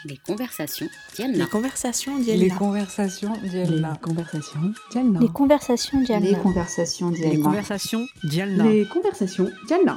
Les conversations Dialna. Les conversations Dialna. Les conversations Dialna. Les conversations Dialna. Les conversations Dialna. Les conversations Dialna. Les conversations Dialna. Les conversations Dialna.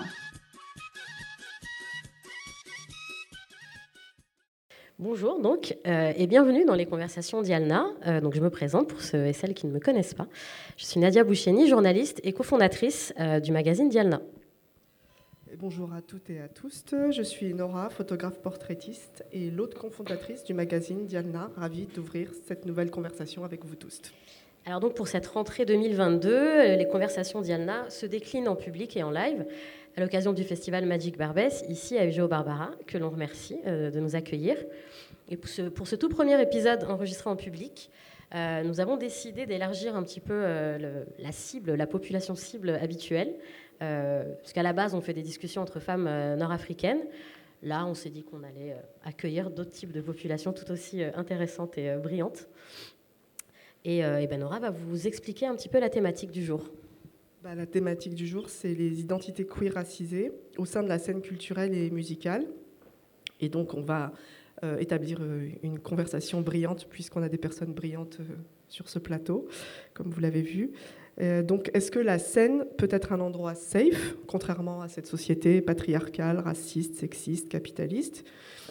Bonjour donc et bienvenue dans les conversations Dialna. Donc je me présente pour ceux et celles qui ne me connaissent pas. Je suis Nadia Boucheni, journaliste et cofondatrice du magazine Dialna. Et bonjour à toutes et à tous. Je suis Nora, photographe portraitiste et l'autre cofondatrice du magazine Dialna. Ravie d'ouvrir cette nouvelle conversation avec vous tous. Alors donc pour cette rentrée 2022, les conversations Dialna se déclinent en public et en live à l'occasion du festival Magic Barbès, ici à UGO Barbara, que l'on remercie de nous accueillir. Et pour ce tout premier épisode enregistré en public, nous avons décidé d'élargir un petit peu la population cible habituelle, parce qu'à la base, on fait des discussions entre femmes nord-africaines. Là, on s'est dit qu'on allait accueillir d'autres types de populations tout aussi intéressantes et brillantes. Et Nora va vous expliquer un petit peu la thématique du jour. La thématique du jour, c'est les identités queer racisées au sein de la scène culturelle et musicale. Et donc, on va établir une conversation brillante, puisqu'on a des personnes brillantes sur ce plateau, comme vous l'avez vu. Donc, est-ce que la scène peut être un endroit safe, contrairement à cette société patriarcale, raciste, sexiste, capitaliste ?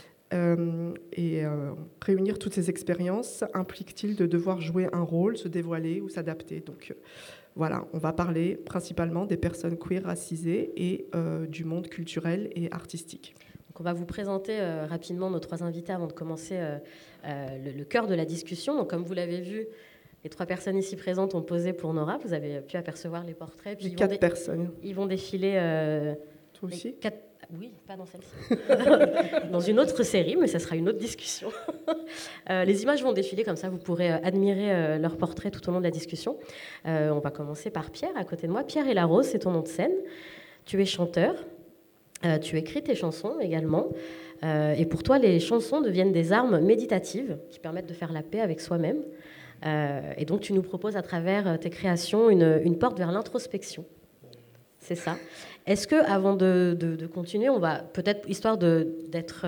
Réunir toutes ces expériences implique-t-il de devoir jouer un rôle, se dévoiler ou s'adapter ? Donc, voilà, on va parler principalement des personnes queer racisées et du monde culturel et artistique. Donc on va vous présenter rapidement nos trois invités avant de commencer le cœur de la discussion. Donc, comme vous l'avez vu, les trois personnes ici présentes ont posé pour Nora. Vous avez pu apercevoir les portraits. Puis quatre personnes. Ils vont défiler... Toi aussi ? Oui, pas dans celle-ci. Dans une autre série, mais ça sera une autre discussion. Les images vont défiler, comme ça vous pourrez admirer leurs portraits tout au long de la discussion. On va commencer par Pierre, à côté de moi. Pierre et la Rose, c'est ton nom de scène. Tu es chanteur. Tu écris tes chansons également. Et pour toi, les chansons deviennent des armes méditatives qui permettent de faire la paix avec soi-même. Et donc, tu nous proposes à travers tes créations une porte vers l'introspection. C'est ça. Est-ce que, avant de continuer, on va peut-être, histoire d'être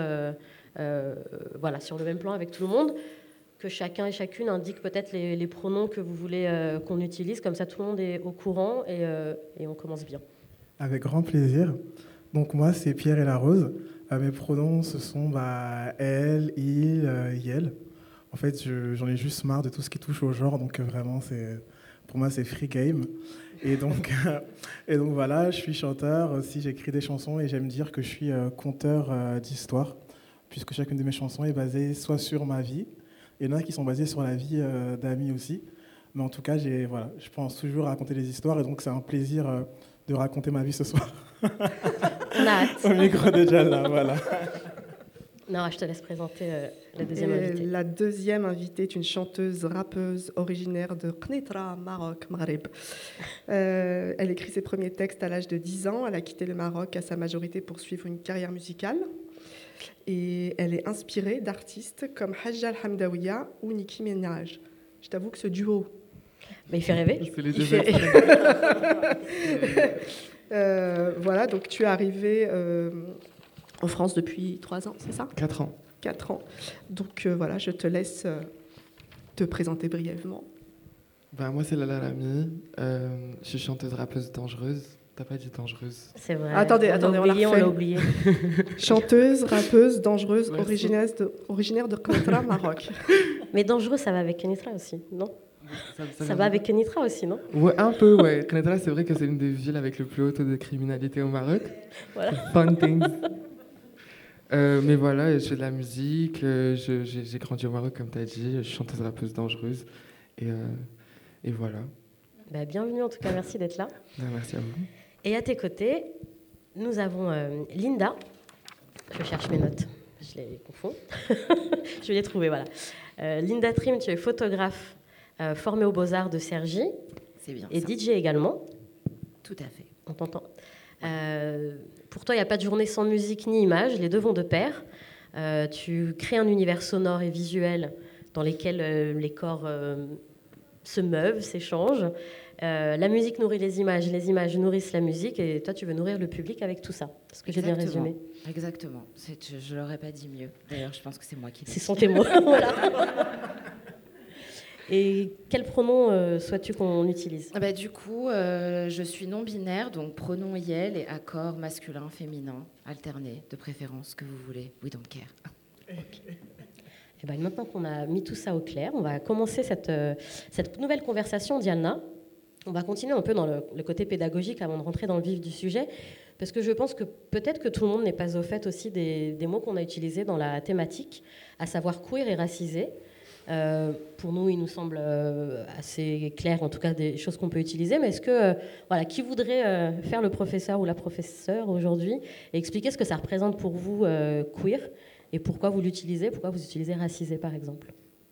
sur le même plan avec tout le monde, que chacun et chacune indique peut-être les pronoms que vous voulez qu'on utilise, comme ça tout le monde est au courant et on commence bien. Avec grand plaisir. Donc moi, c'est Pierre et la Rose. Mes pronoms, ce sont elle, il, yel. En fait, j'en ai juste marre de tout ce qui touche au genre, donc vraiment, pour moi, c'est free game. Et donc voilà, je suis chanteur aussi, j'écris des chansons et j'aime dire que je suis conteur d'histoire, puisque chacune de mes chansons est basée soit sur ma vie, et il y en a qui sont basées sur la vie d'amis aussi. Mais en tout cas, je pense toujours à raconter des histoires, et donc c'est un plaisir de raconter ma vie ce soir. On a hâte. Au micro de Dialna, voilà. Non, je te laisse présenter la deuxième invitée. La deuxième invitée est une chanteuse, rappeuse originaire de Knétra, Maroc, Maghreb. Elle écrit ses premiers textes à l'âge de 10 ans. Elle a quitté le Maroc à sa majorité pour suivre une carrière musicale. Et elle est inspirée d'artistes comme Hadja Al-Hamdawiya ou Nicki Minaj. Je t'avoue que ce duo... Mais il fait rêver. C'est les deux voilà, donc tu es arrivée... en France depuis 3 ans, c'est ça ? 4 ans. 4 ans. Donc voilà, je te laisse te présenter brièvement. Moi, c'est Lala Lamy. Je suis chanteuse, rappeuse dangereuse. T'as pas dit dangereuse. C'est vrai. Attendez, on l'a oublié. Chanteuse, rappeuse, dangereuse, originaire de Knétra, Maroc. Mais dangereux, ça va avec Kenitra aussi, non ? Ça va avec Kenitra aussi, non ? Ouais, un peu, ouais. Knétra, c'est vrai que c'est l'une des villes avec le plus haut taux de criminalité au Maroc. Voilà. Fun things. Mais voilà, je fais de la musique, j'ai grandi au Maroc, comme tu as dit, je suis chanteuse, rappeuse dangereuse, et voilà. Bienvenue en tout cas, merci d'être là. Merci à vous. Et à tes côtés, nous avons Linda. Je cherche mes notes, je les confonds. Je vais les trouver, voilà. Linda Trim, tu es photographe formée aux Beaux-Arts de Cergy. C'est bien et ça. DJ également. Tout à fait. On t'entend. Pour toi, il n'y a pas de journée sans musique ni image, les deux vont de pair. Tu crées un univers sonore et visuel dans lequel les corps se meuvent, s'échangent. La musique nourrit les images nourrissent la musique, et toi, tu veux nourrir le public avec tout ça. Est-ce que j'ai bien résumé? Exactement. Je ne l'aurais pas dit mieux. D'ailleurs, je pense que c'est moi qui l'ai dit. Ce sont tes mots. Voilà. Et quel pronom souhaites-tu qu'on utilise? Du coup, je suis non-binaire, donc pronom IL et accord masculin, féminin, alterné, de préférence, que vous voulez. We don't care. Okay. Et maintenant qu'on a mis tout ça au clair, on va commencer cette nouvelle conversation, Diana. On va continuer un peu dans le côté pédagogique avant de rentrer dans le vif du sujet, parce que je pense que peut-être que tout le monde n'est pas au fait aussi des mots qu'on a utilisés dans la thématique, à savoir queer et racisé. Pour nous, il nous semble assez clair, en tout cas des choses qu'on peut utiliser. Mais est-ce que, qui voudrait faire le professeur ou la professeure aujourd'hui et expliquer ce que ça représente pour vous queer et pourquoi vous l'utilisez, pourquoi vous utilisez racisé par exemple?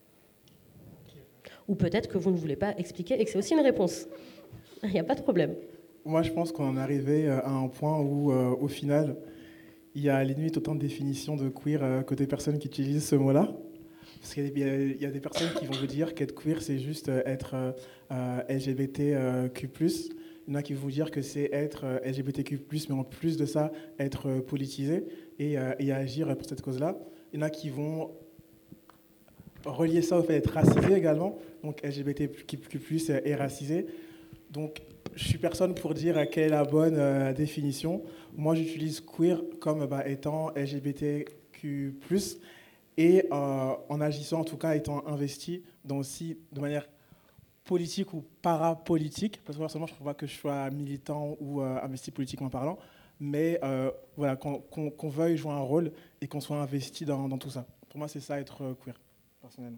Ou peut-être que vous ne voulez pas expliquer et que c'est aussi une réponse. Il n'y a pas de problème. Moi, je pense qu'on en est arrivé à un point où, au final, il y a à la limite autant de définitions de queer que des personnes qui utilisent ce mot-là. Parce qu'il y a des personnes qui vont vous dire qu'être queer, c'est juste être LGBTQ+. Il y en a qui vont vous dire que c'est être LGBTQ+, mais en plus de ça, être politisé et agir pour cette cause-là. Il y en a qui vont relier ça au fait d'être racisé également, donc LGBTQ+, et racisé. Donc, je suis personne pour dire quelle est la bonne définition. Moi, j'utilise queer comme étant LGBTQ+, et en agissant, en tout cas, étant investi dans aussi de manière politique ou parapolitique, parce que forcément, je ne trouve pas que je sois militant ou investi politiquement parlant, mais qu'on veuille jouer un rôle et qu'on soit investi dans tout ça. Pour moi, c'est ça, être queer, personnellement.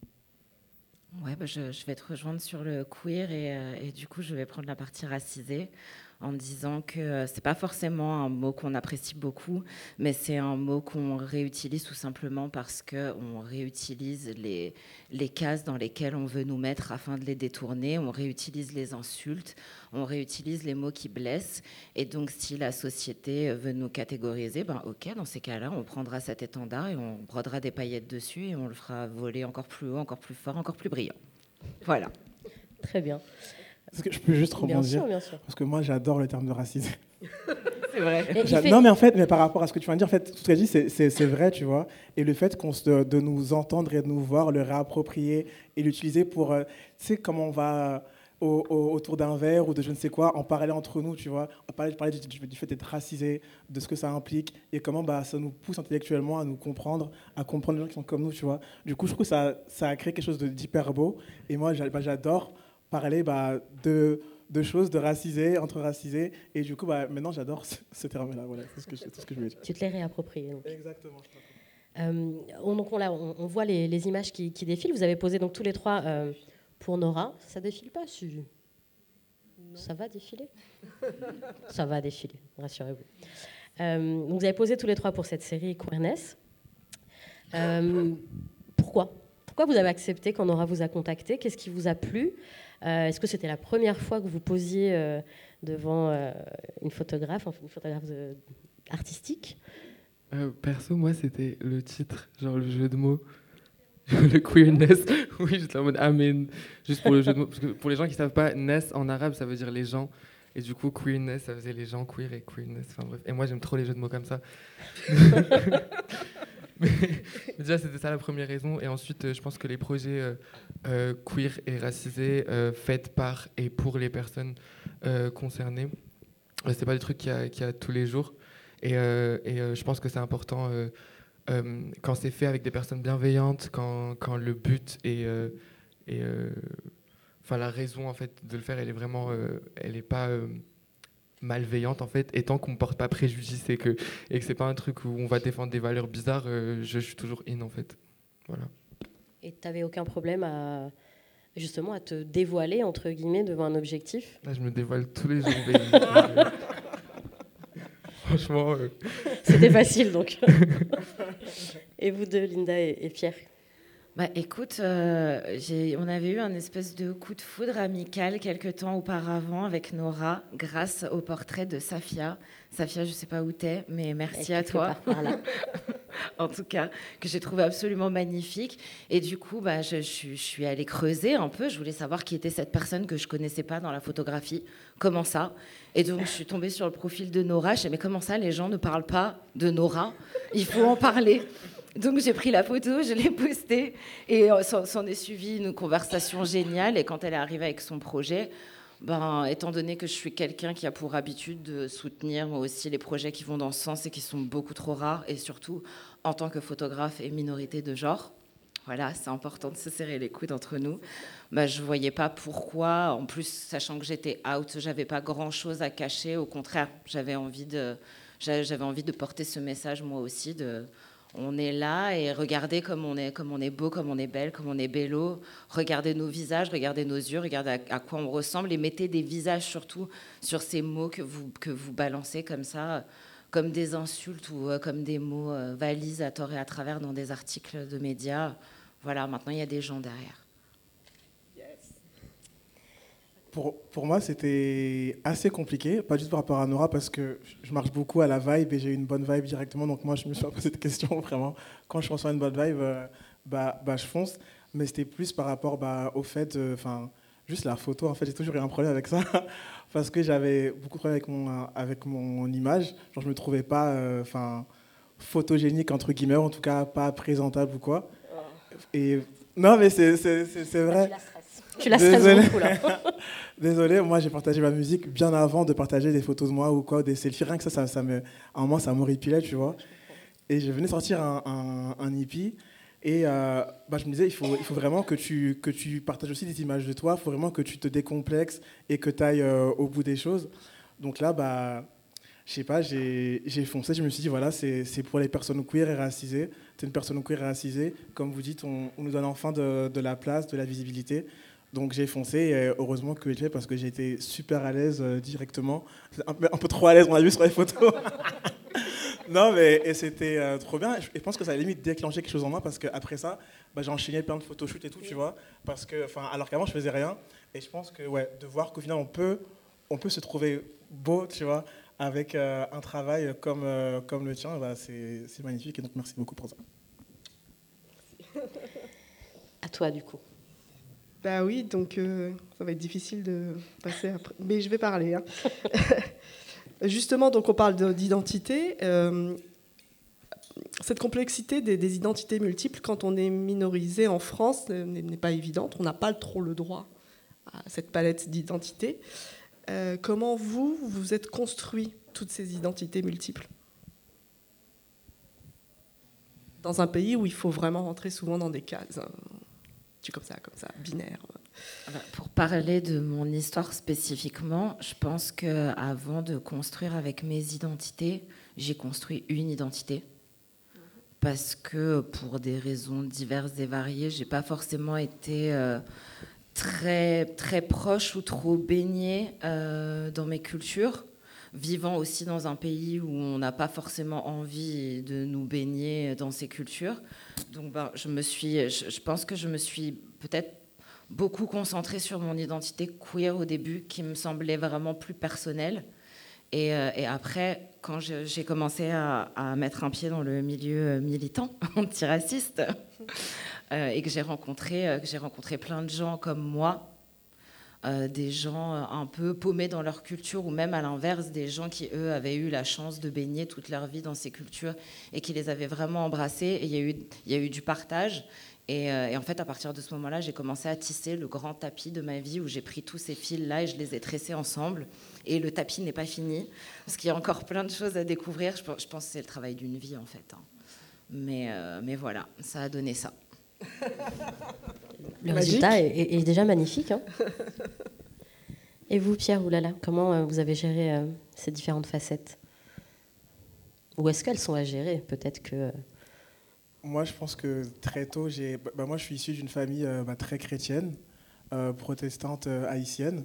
Ouais, je vais te rejoindre sur le queer et du coup, je vais prendre la partie racisée en disant que c'est pas forcément un mot qu'on apprécie beaucoup, mais c'est un mot qu'on réutilise tout simplement parce qu'on réutilise les cases dans lesquelles on veut nous mettre afin de les détourner. On réutilise les insultes, on réutilise les mots qui blessent. Et donc, si la société veut nous catégoriser, ok, dans ces cas-là, on prendra cet étendard et on brodera des paillettes dessus et on le fera voler encore plus haut, encore plus fort, encore plus brillant. Voilà. Très bien. Est-ce que je peux juste rebondir? Bien sûr. Parce que moi, j'adore le terme de racisé. C'est vrai. Non, mais en fait, par rapport à ce que tu viens de dire, en fait, tout ce que tu as dit, c'est vrai, tu vois. Et le fait de nous entendre et de nous voir, le réapproprier et l'utiliser pour, tu sais, comment on va autour d'un verre ou de je ne sais quoi, en parler entre nous, tu vois. Parler du fait d'être racisé, de ce que ça implique et comment ça nous pousse intellectuellement à nous comprendre, à comprendre les gens qui sont comme nous, tu vois. Du coup, je trouve que ça a créé quelque chose d'hyper beau. Et moi, j'adore parler de choses, de racisés, entre racisés. Et du coup, maintenant, j'adore ce terme-là. Voilà, c'est tout ce que je voulais dire. Tu te l'es réapproprié. Donc. Exactement. Donc on voit les images qui défilent. Vous avez posé donc tous les trois pour Nora. Ça défile pas, si. Non. Ça va défiler. Ça va défiler, rassurez-vous. Donc vous avez posé tous les trois pour cette série Queerness. Pourquoi vous avez accepté quand Nora vous a contacté? Qu'est-ce qui vous a plu? Est-ce que c'était la première fois que vous posiez devant une photographe artistique? Perso, moi, c'était le titre, genre le jeu de mots, le queerness. Oui, j'étais en mode amen, juste pour le jeu de mots. Parce que pour les gens qui ne savent pas, ness en arabe, ça veut dire les gens. Et du coup, queerness, ça faisait les gens, queer et queerness. Enfin bref. Et moi, j'aime trop les jeux de mots comme ça. Mais déjà, c'était ça la première raison. Et ensuite, je pense que les projets queer et racisés faits par et pour les personnes concernées, c'est pas des trucs qu'il y a tous les jours. Et je pense que c'est important quand c'est fait avec des personnes bienveillantes, quand le but et la raison en fait de le faire, elle est vraiment, elle est pas malveillante en fait, et tant qu'on ne porte pas préjudice et que c'est pas un truc où on va défendre des valeurs bizarres, je suis toujours in en fait. Voilà. Et tu n'avais aucun problème à te dévoiler entre guillemets devant un objectif? Là, je me dévoile tous les jours. Franchement. C'était facile donc. Et vous deux, Linda et Pierre? Bah, écoute, on avait eu un espèce de coup de foudre amical quelques temps auparavant avec Nora, grâce au portrait de Safia. Safia, je sais pas où t'es, mais merci à toi. Par là. En tout cas, que j'ai trouvé absolument magnifique. Et du coup, bah, je suis allée creuser un peu. Je voulais savoir qui était cette personne que je connaissais pas dans la photographie. Comment ça? Et donc, je suis tombée sur le profil de Nora. Je me suis dit, mais comment ça, les gens ne parlent pas de Nora? Il faut en parler. Donc, j'ai pris la photo, je l'ai postée. Et s'en est suivi une conversation géniale. Et quand elle est arrivée avec son projet, ben, étant donné que je suis quelqu'un qui a pour habitude de soutenir moi aussi les projets qui vont dans ce sens et qui sont beaucoup trop rares, et surtout en tant que photographe et minorité de genre, voilà, c'est important de se serrer les coudes entre nous. Ben, je ne voyais pas pourquoi, en plus, sachant que j'étais out, j'avais pas grand-chose à cacher. Au contraire, j'avais envie de porter ce message moi aussi de... On est là et regardez comme on est beau, comme on est belle, comme on est bello. Regardez nos visages, regardez nos yeux, regardez à quoi on ressemble et mettez des visages surtout sur ces mots que vous balancez comme ça, comme des insultes ou comme des mots valises à tort et à travers dans des articles de médias. Voilà, maintenant il y a des gens derrière. Pour moi, c'était assez compliqué, pas juste par rapport à Nora, parce que je marche beaucoup à la vibe et j'ai une bonne vibe directement. Donc moi, je me suis pas posé cette question vraiment. Quand je ressens une bonne vibe, je fonce. Mais c'était plus par rapport au fait, juste la photo. En fait, j'ai toujours eu un problème avec ça, parce que j'avais beaucoup de problèmes avec mon image. Genre, je me trouvais pas, photogénique entre guillemets, en tout cas pas présentable ou quoi. Et non, mais c'est vrai. Tu la stresses beaucoup, là. Désolé, moi j'ai partagé ma musique bien avant de partager des photos de moi ou quoi, des selfies. Rien que ça à un moment, ça m'horripilait, tu vois. Et je venais sortir un hippie. Et je me disais, il faut vraiment que tu partages aussi des images de toi. Il faut vraiment que tu te décomplexes et que tu ailles au bout des choses. Donc là, je sais pas, j'ai foncé. Je me suis dit, voilà, c'est pour les personnes queer et racisées. Tu es une personne queer et racisée. Comme vous dites, on nous donne enfin de la place, de la visibilité. Donc j'ai foncé, et heureusement que je l'ai fait parce que j'ai été super à l'aise directement. Un peu trop à l'aise, on l'a vu sur les photos. Non, mais et c'était trop bien. Et je pense que ça a limite déclenché quelque chose en moi parce qu'après ça, j'ai enchaîné plein de photoshoots et tout, tu vois. Parce que, alors qu'avant, je faisais rien. Et je pense que, de voir qu'au final, on peut se trouver beau, tu vois, avec un travail comme le tien, c'est magnifique. Et donc, merci beaucoup pour ça. À toi, du coup. Bah oui, donc ça va être difficile de passer après. Mais je vais parler. Hein. Justement, donc on parle d'identité. Cette complexité des identités multiples, quand on est minorisé en France, n'est pas évidente. On n'a pas trop le droit à cette palette d'identités. Comment vous êtes construit toutes ces identités multiples dans un pays où il faut vraiment rentrer souvent dans des cases, comme ça, binaire. Pour parler de mon histoire spécifiquement, je pense qu'avant de construire avec mes identités, j'ai construit une identité. Parce que pour des raisons diverses et variées, je n'ai pas forcément été très, très proche ou trop baignée dans mes cultures, vivant aussi dans un pays où on n'a pas forcément envie de nous baigner dans ces cultures. Donc je pense que je me suis peut-être beaucoup concentrée sur mon identité queer au début, qui me semblait vraiment plus personnelle. Et après, quand j'ai commencé à mettre un pied dans le milieu militant, antiraciste, et que j'ai rencontré plein de gens comme moi, des gens un peu paumés dans leur culture, ou même à l'inverse, des gens qui, eux, avaient eu la chance de baigner toute leur vie dans ces cultures et qui les avaient vraiment embrassés. Et il y a eu du partage. Et en fait, à partir de ce moment-là, j'ai commencé à tisser le grand tapis de ma vie, où j'ai pris tous ces fils-là et je les ai tressés ensemble. Et le tapis n'est pas fini, parce qu'il y a encore plein de choses à découvrir. Je pense que c'est le travail d'une vie, en fait. Mais voilà, ça a donné ça. Le résultat est déjà magnifique. Hein. Et vous, Pierre Oulala, comment vous avez géré ces différentes facettes? Ou est-ce qu'elles sont à gérer? Peut-être que... Moi, je pense que très tôt, moi, je suis issu d'une famille très chrétienne, protestante haïtienne.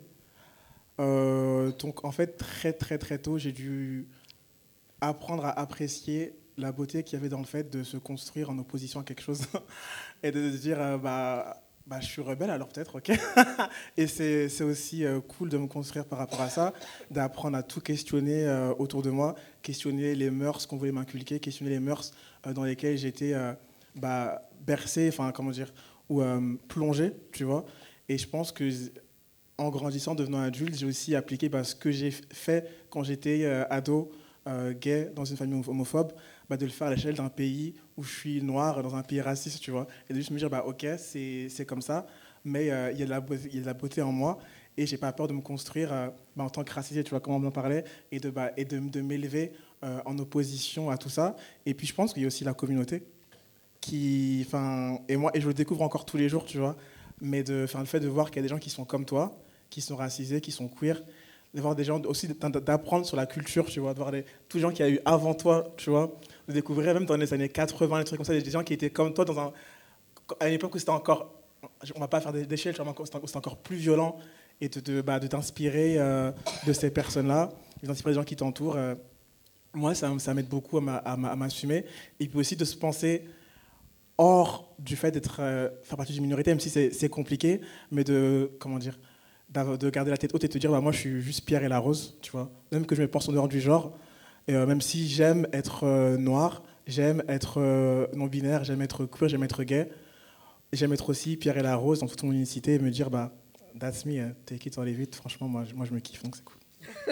Donc, en fait, très, très, très tôt, j'ai dû apprendre à apprécier la beauté qu'il y avait dans le fait de se construire en opposition à quelque chose et de se dire je suis rebelle alors peut-être, ok. Et c'est aussi cool de me construire par rapport à ça, d'apprendre à tout questionner autour de moi, questionner les mœurs qu'on voulait m'inculquer, questionner les mœurs dans lesquelles j'étais bercé, enfin comment dire, ou plongé, tu vois. Et je pense que en grandissant, devenant adulte, j'ai aussi appliqué ce que j'ai fait quand j'étais ado, gay, dans une famille homophobe, de le faire à l'échelle d'un pays où je suis noir, dans un pays raciste, tu vois. Et de juste me dire, ok, c'est comme ça, mais il y a de la beauté en moi, et j'ai pas peur de me construire en tant que racisé, tu vois, comme on en parlait, et de m'élever en opposition à tout ça. Et puis je pense qu'il y a aussi la communauté, et je le découvre encore tous les jours, tu vois, mais le fait de voir qu'il y a des gens qui sont comme toi, qui sont racisés, qui sont queer, de voir des gens aussi, d'apprendre sur la culture, tu vois, de voir tous les gens qu'il y a eu avant toi, tu vois, de découvrir même dans les années 80, des trucs comme ça, des gens qui étaient comme toi à une époque où c'était encore, on va pas faire d'échelle, tu vois, c'était encore plus violent, et de t'inspirer de ces personnes-là, de t'inspirer des gens qui t'entourent. Moi, ça m'aide beaucoup à m'assumer, et puis aussi de se penser hors du fait faire partie d'une minorité, même si c'est compliqué, mais de garder la tête haute et te dire moi je suis juste Pierre et la Rose, tu vois, même que je me pense en dehors du genre, et même si j'aime être noir, j'aime être non binaire, j'aime être queer, j'aime être gay, j'aime être aussi Pierre et la Rose dans toute mon unicité, et me dire that's me, take it or leave it. Franchement moi je me kiffe, donc c'est cool.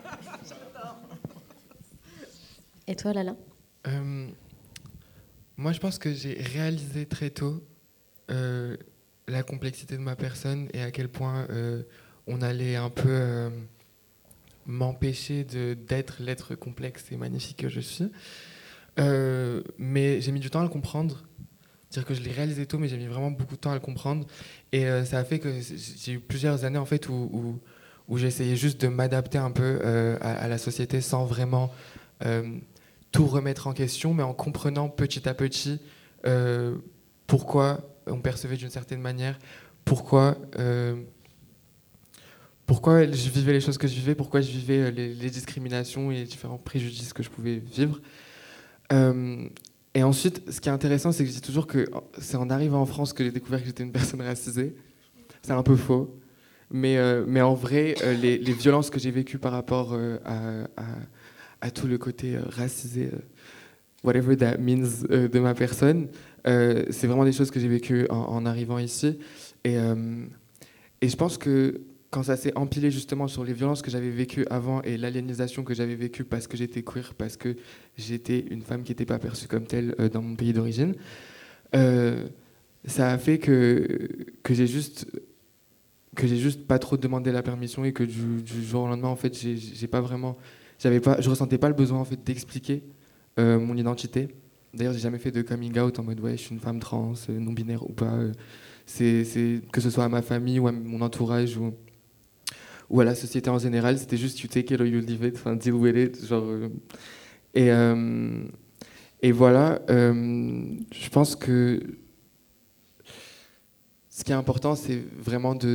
Et toi, Lala? Moi je pense que j'ai réalisé très tôt la complexité de ma personne et à quel point on allait un peu m'empêcher d'être l'être complexe et magnifique que je suis. Mais j'ai mis du temps à le comprendre. C'est-à-dire que je l'ai réalisé tôt, mais j'ai mis vraiment beaucoup de temps à le comprendre. Et ça a fait que j'ai eu plusieurs années en fait, où j'essayais juste de m'adapter un peu à la société sans vraiment tout remettre en question, mais en comprenant petit à petit pourquoi on percevait d'une certaine manière, pourquoi je vivais les choses que je vivais, pourquoi je vivais les discriminations et les différents préjudices que je pouvais vivre. Et ensuite, ce qui est intéressant, c'est que je dis toujours que c'est en arrivant en France que j'ai découvert que j'étais une personne racisée. C'est un peu faux. Mais en vrai, les violences que j'ai vécues par rapport à tout le côté racisé, whatever that means, de ma personne, c'est vraiment des choses que j'ai vécues en arrivant ici. Et je pense que quand ça s'est empilé justement sur les violences que j'avais vécues avant et l'aliénisation que j'avais vécue parce que j'étais queer, parce que j'étais une femme qui n'était pas perçue comme telle dans mon pays d'origine, ça a fait que j'ai juste pas trop demandé la permission et que du jour au lendemain, en fait, je ressentais pas le besoin en fait d'expliquer mon identité. D'ailleurs, j'ai jamais fait de coming out en mode ouais, je suis une femme trans, non binaire ou pas. C'est que ce soit à ma famille ou à mon entourage ou à la société en général, c'était juste you take it or you leave it, enfin deal with it, genre. Et voilà, je pense que ce qui est important, c'est vraiment de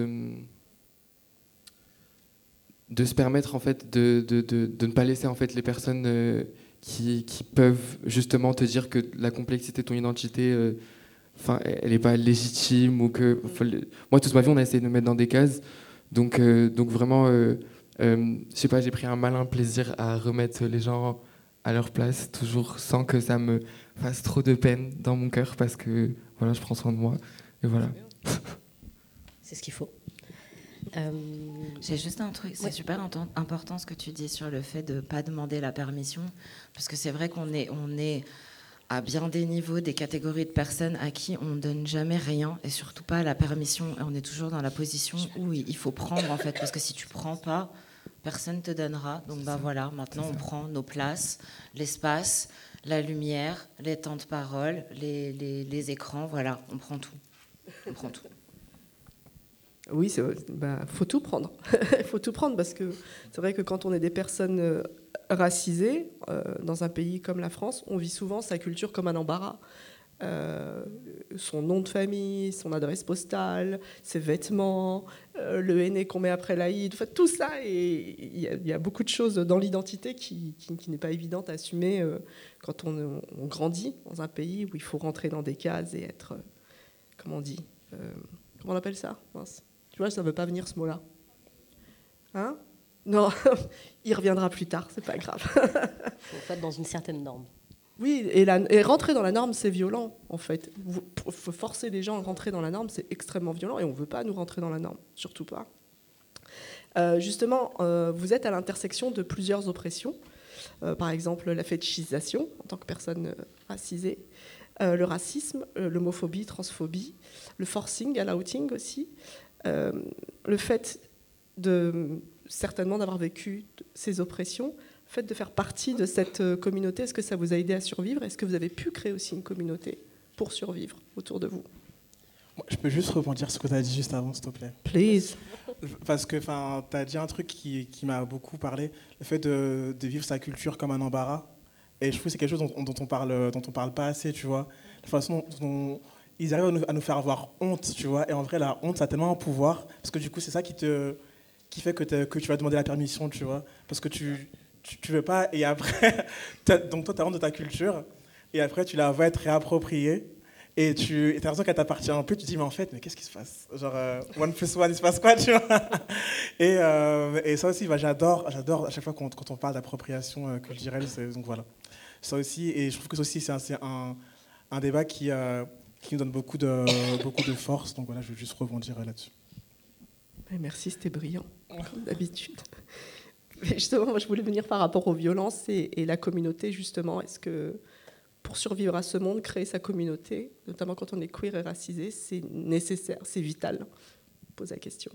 se permettre en fait de ne pas laisser en fait les personnes qui peuvent justement te dire que la complexité de ton identité, elle n'est pas légitime ou que moi toute ma vie on a essayé de me mettre dans des cases, donc vraiment je sais pas, j'ai pris un malin plaisir à remettre les gens à leur place, toujours sans que ça me fasse trop de peine dans mon cœur, parce que voilà, je prends soin de moi et voilà. C'est ce qu'il faut. J'ai juste un truc, c'est super important ce que tu dis sur le fait de ne pas demander la permission, parce que c'est vrai qu'on est à bien des niveaux, des catégories de personnes à qui on ne donne jamais rien, et surtout pas la permission, et on est toujours dans la position où il faut prendre en fait, parce que si tu prends pas, personne ne te donnera. Donc voilà, maintenant on prend nos places, l'espace, la lumière, les temps de parole, les écrans, voilà, on prend tout. On prend tout. Oui, faut tout prendre. Il faut tout prendre, parce que c'est vrai que quand on est des personnes racisées, dans un pays comme la France, on vit souvent sa culture comme un embarras. son nom de famille, son adresse postale, ses vêtements, le henné qu'on met après l'Aïd, enfin, tout ça. Et il y a beaucoup de choses dans l'identité qui n'est pas évidente à assumer quand on grandit dans un pays où il faut rentrer dans des cases et être, comment on dit, comment on appelle ça? Mince. Tu vois, ça ne veut pas venir ce mot-là. Hein? Non, il reviendra plus tard, c'est pas grave. Il faut être dans une certaine norme. Oui, et rentrer dans la norme, c'est violent, en fait. Forcer les gens à rentrer dans la norme, c'est extrêmement violent, et on ne veut pas nous rentrer dans la norme, surtout pas. Justement, vous êtes à l'intersection de plusieurs oppressions. Par exemple, la fétichisation, en tant que personne racisée, le racisme, l'homophobie, transphobie, le forcing à l'outing aussi, le fait certainement d'avoir vécu ces oppressions, le fait de faire partie de cette communauté, est-ce que ça vous a aidé à survivre? Est-ce que vous avez pu créer aussi une communauté pour survivre autour de vous? Je peux juste rebondir sur ce que tu as dit juste avant, s'il te plaît. Please. Parce que tu as dit un truc qui m'a beaucoup parlé, le fait de vivre sa culture comme un embarras. Et je trouve que c'est quelque chose dont on parle pas assez, tu vois. La façon dont ils arrivent à nous faire avoir honte, tu vois. Et en vrai, la honte, ça a tellement un pouvoir. Parce que du coup, c'est ça qui fait que tu vas demander la permission, tu vois. Parce que tu veux pas, et après, donc toi, tu as honte de ta culture, et après, tu la vois être réappropriée. Et tu as l'impression qu'elle t'appartient un peu, tu te dis, mais qu'est-ce qui se passe? Genre, 1 + 1, il se passe quoi, tu vois? Et ça aussi, j'adore à chaque fois quand on parle d'appropriation culturelle, donc voilà. Ça aussi, et je trouve que ça aussi, c'est un débat qui nous donne beaucoup de force, donc voilà, je vais juste rebondir là-dessus. Merci, c'était brillant, comme d'habitude. Mais justement, moi, je voulais venir par rapport aux violences et la communauté, justement. Est-ce que pour survivre à ce monde, créer sa communauté, notamment quand on est queer et racisé, c'est nécessaire, c'est vital? Je pose la question.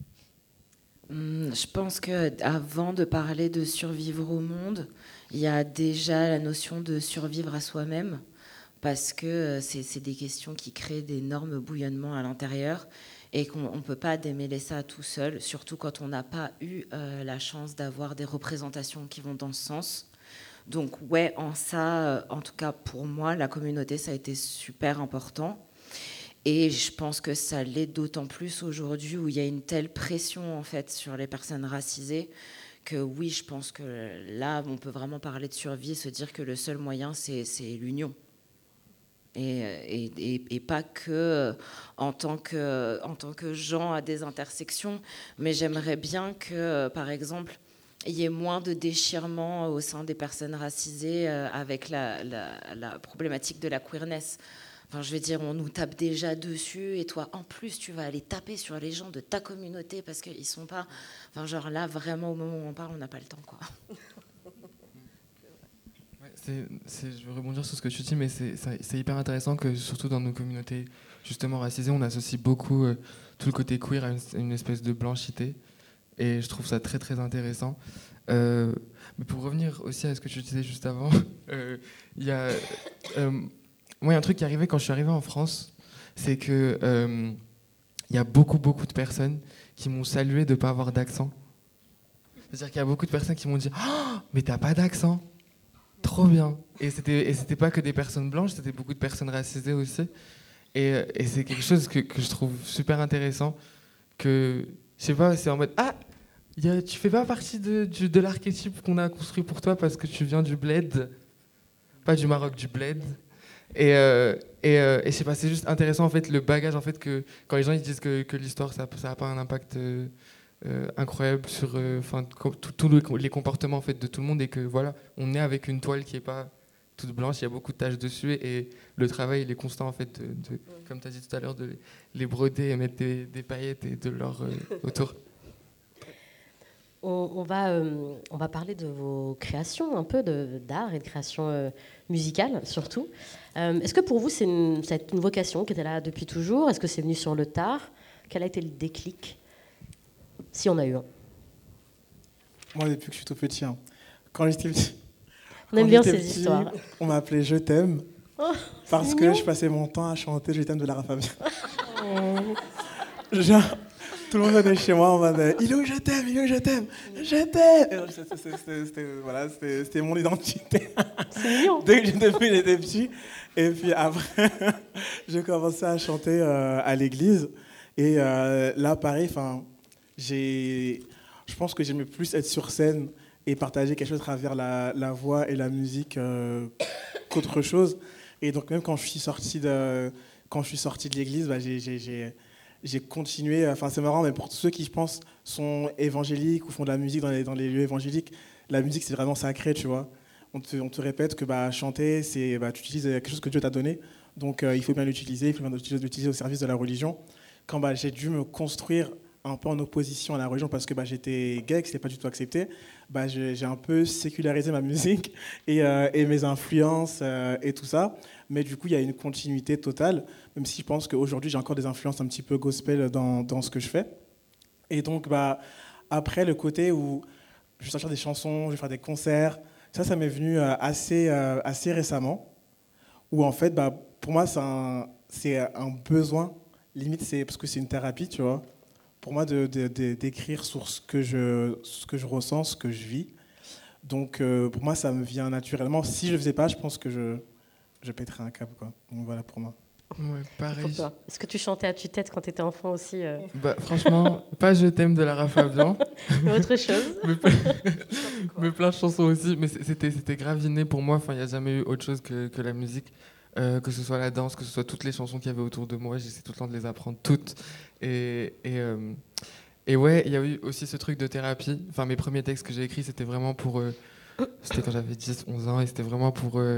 Je pense qu'avant de parler de survivre au monde, il y a déjà la notion de survivre à soi-même, parce que c'est des questions qui créent d'énormes bouillonnements à l'intérieur et qu'on ne peut pas démêler ça tout seul, surtout quand on n'a pas eu la chance d'avoir des représentations qui vont dans ce sens. Donc ouais, en ça, en tout cas pour moi, la communauté, ça a été super important. Et je pense que ça l'est d'autant plus aujourd'hui où il y a une telle pression en fait sur les personnes racisées que oui, je pense que là, on peut vraiment parler de survie et se dire que le seul moyen, c'est l'union. Et pas que en tant que gens à des intersections, mais j'aimerais bien que, par exemple, il y ait moins de déchirement au sein des personnes racisées avec la problématique de la queerness. Enfin, je veux dire, on nous tape déjà dessus et toi, en plus, tu vas aller taper sur les gens de ta communauté parce qu'ils sont pas... Enfin, genre là, vraiment, au moment où on parle, on n'a pas le temps, quoi. Je veux rebondir sur ce que tu dis, mais c'est hyper intéressant que, surtout dans nos communautés justement racisées, on associe beaucoup tout le côté queer à une espèce de blanchité. Et je trouve ça très, très intéressant. Mais pour revenir aussi à ce que tu disais juste avant, il y a... moi, il y a un truc qui est arrivé quand je suis arrivé en France, c'est que il y a beaucoup de personnes qui m'ont salué de ne pas avoir d'accent. C'est-à-dire qu'il y a beaucoup de personnes qui m'ont dit « Oh, mais t'as pas d'accent !» Trop bien. Et c'était pas que des personnes blanches, c'était beaucoup de personnes racisées aussi. Et c'est quelque chose que je trouve super intéressant. Que, je sais pas, c'est en mode « Ah, tu fais pas partie de l'archétype qu'on a construit pour toi parce que tu viens du bled. » Pas du Maroc, du bled. Et je sais pas, c'est juste intéressant en fait, le bagage en fait, que quand les gens ils disent que l'histoire ça a pas un impact incroyable sur tous les comportements en fait, de tout le monde, et que voilà, on est avec une toile qui est pas toute blanche, il y a beaucoup de taches dessus, et le travail il est constant en fait, comme tu as dit tout à l'heure, de les broder et mettre des paillettes et de l'or autour. On va parler de vos créations, un peu d'art et de création musicale surtout. Est-ce que pour vous c'est une vocation qui était là depuis toujours? Est-ce que c'est venu sur le tard? Quel a été le déclic, si on a eu un? Moi, depuis que je suis tout petit, quand j'étais petit, on aime bien ces histoires. On m'appelait Je t'aime, parce que mignon. je passais mon temps à chanter Je t'aime de Lara Fabian. Tout le monde venait chez moi en mode Ilo, je t'aime, Ilo, je t'aime, je t'aime. Et donc, c'était mon identité. C'est mignon. Depuis que j'étais petit. Et puis après, j'ai commencé à chanter à l'église. Et là, pareil, je pense que j'aimais plus être sur scène et partager quelque chose à travers la voix et la musique qu'autre chose. Et donc même quand je suis sorti de l'église, j'ai continué. Enfin, c'est marrant, mais pour tous ceux qui, je pense, sont évangéliques ou font de la musique dans les lieux évangéliques, la musique, c'est vraiment sacré, tu vois. On te répète que chanter, c'est tu utilises quelque chose que Dieu t'a donné, donc il faut bien l'utiliser, il faut bien l'utiliser au service de la religion. Quand j'ai dû me construire un peu en opposition à la religion parce que j'étais gay, que c'était pas du tout accepté, j'ai un peu sécularisé ma musique et mes influences et tout ça. Mais du coup, il y a une continuité totale, même si je pense qu'aujourd'hui, j'ai encore des influences un petit peu gospel dans ce que je fais. Et donc, après, le côté où je vais sortir des chansons, je vais faire des concerts, ça m'est venu assez récemment, où en fait, pour moi, c'est un besoin, limite, c'est parce que c'est une thérapie, tu vois, pour moi d'écrire sur ce que je ressens, ce que je vis. Donc, pour moi, ça me vient naturellement. Si je ne le faisais pas, je pense que je pèterais un câble, quoi. Donc, voilà pour moi. Ouais, pareil. Est-ce que tu chantais à tue-tête quand tu étais enfant aussi Franchement, pas Je t'aime de Lara Fabian. Autre chose. mais plein de chansons aussi. Mais c'était grave inné pour moi. Enfin, il n'y a jamais eu autre chose que la musique. Que ce soit la danse, que ce soit toutes les chansons qu'il y avait autour de moi. J'essaie tout le temps de les apprendre toutes. Et ouais, il y a eu aussi ce truc de thérapie. Enfin, mes premiers textes que j'ai écrits, c'était vraiment pour... c'était quand j'avais 10-11 ans. Et c'était vraiment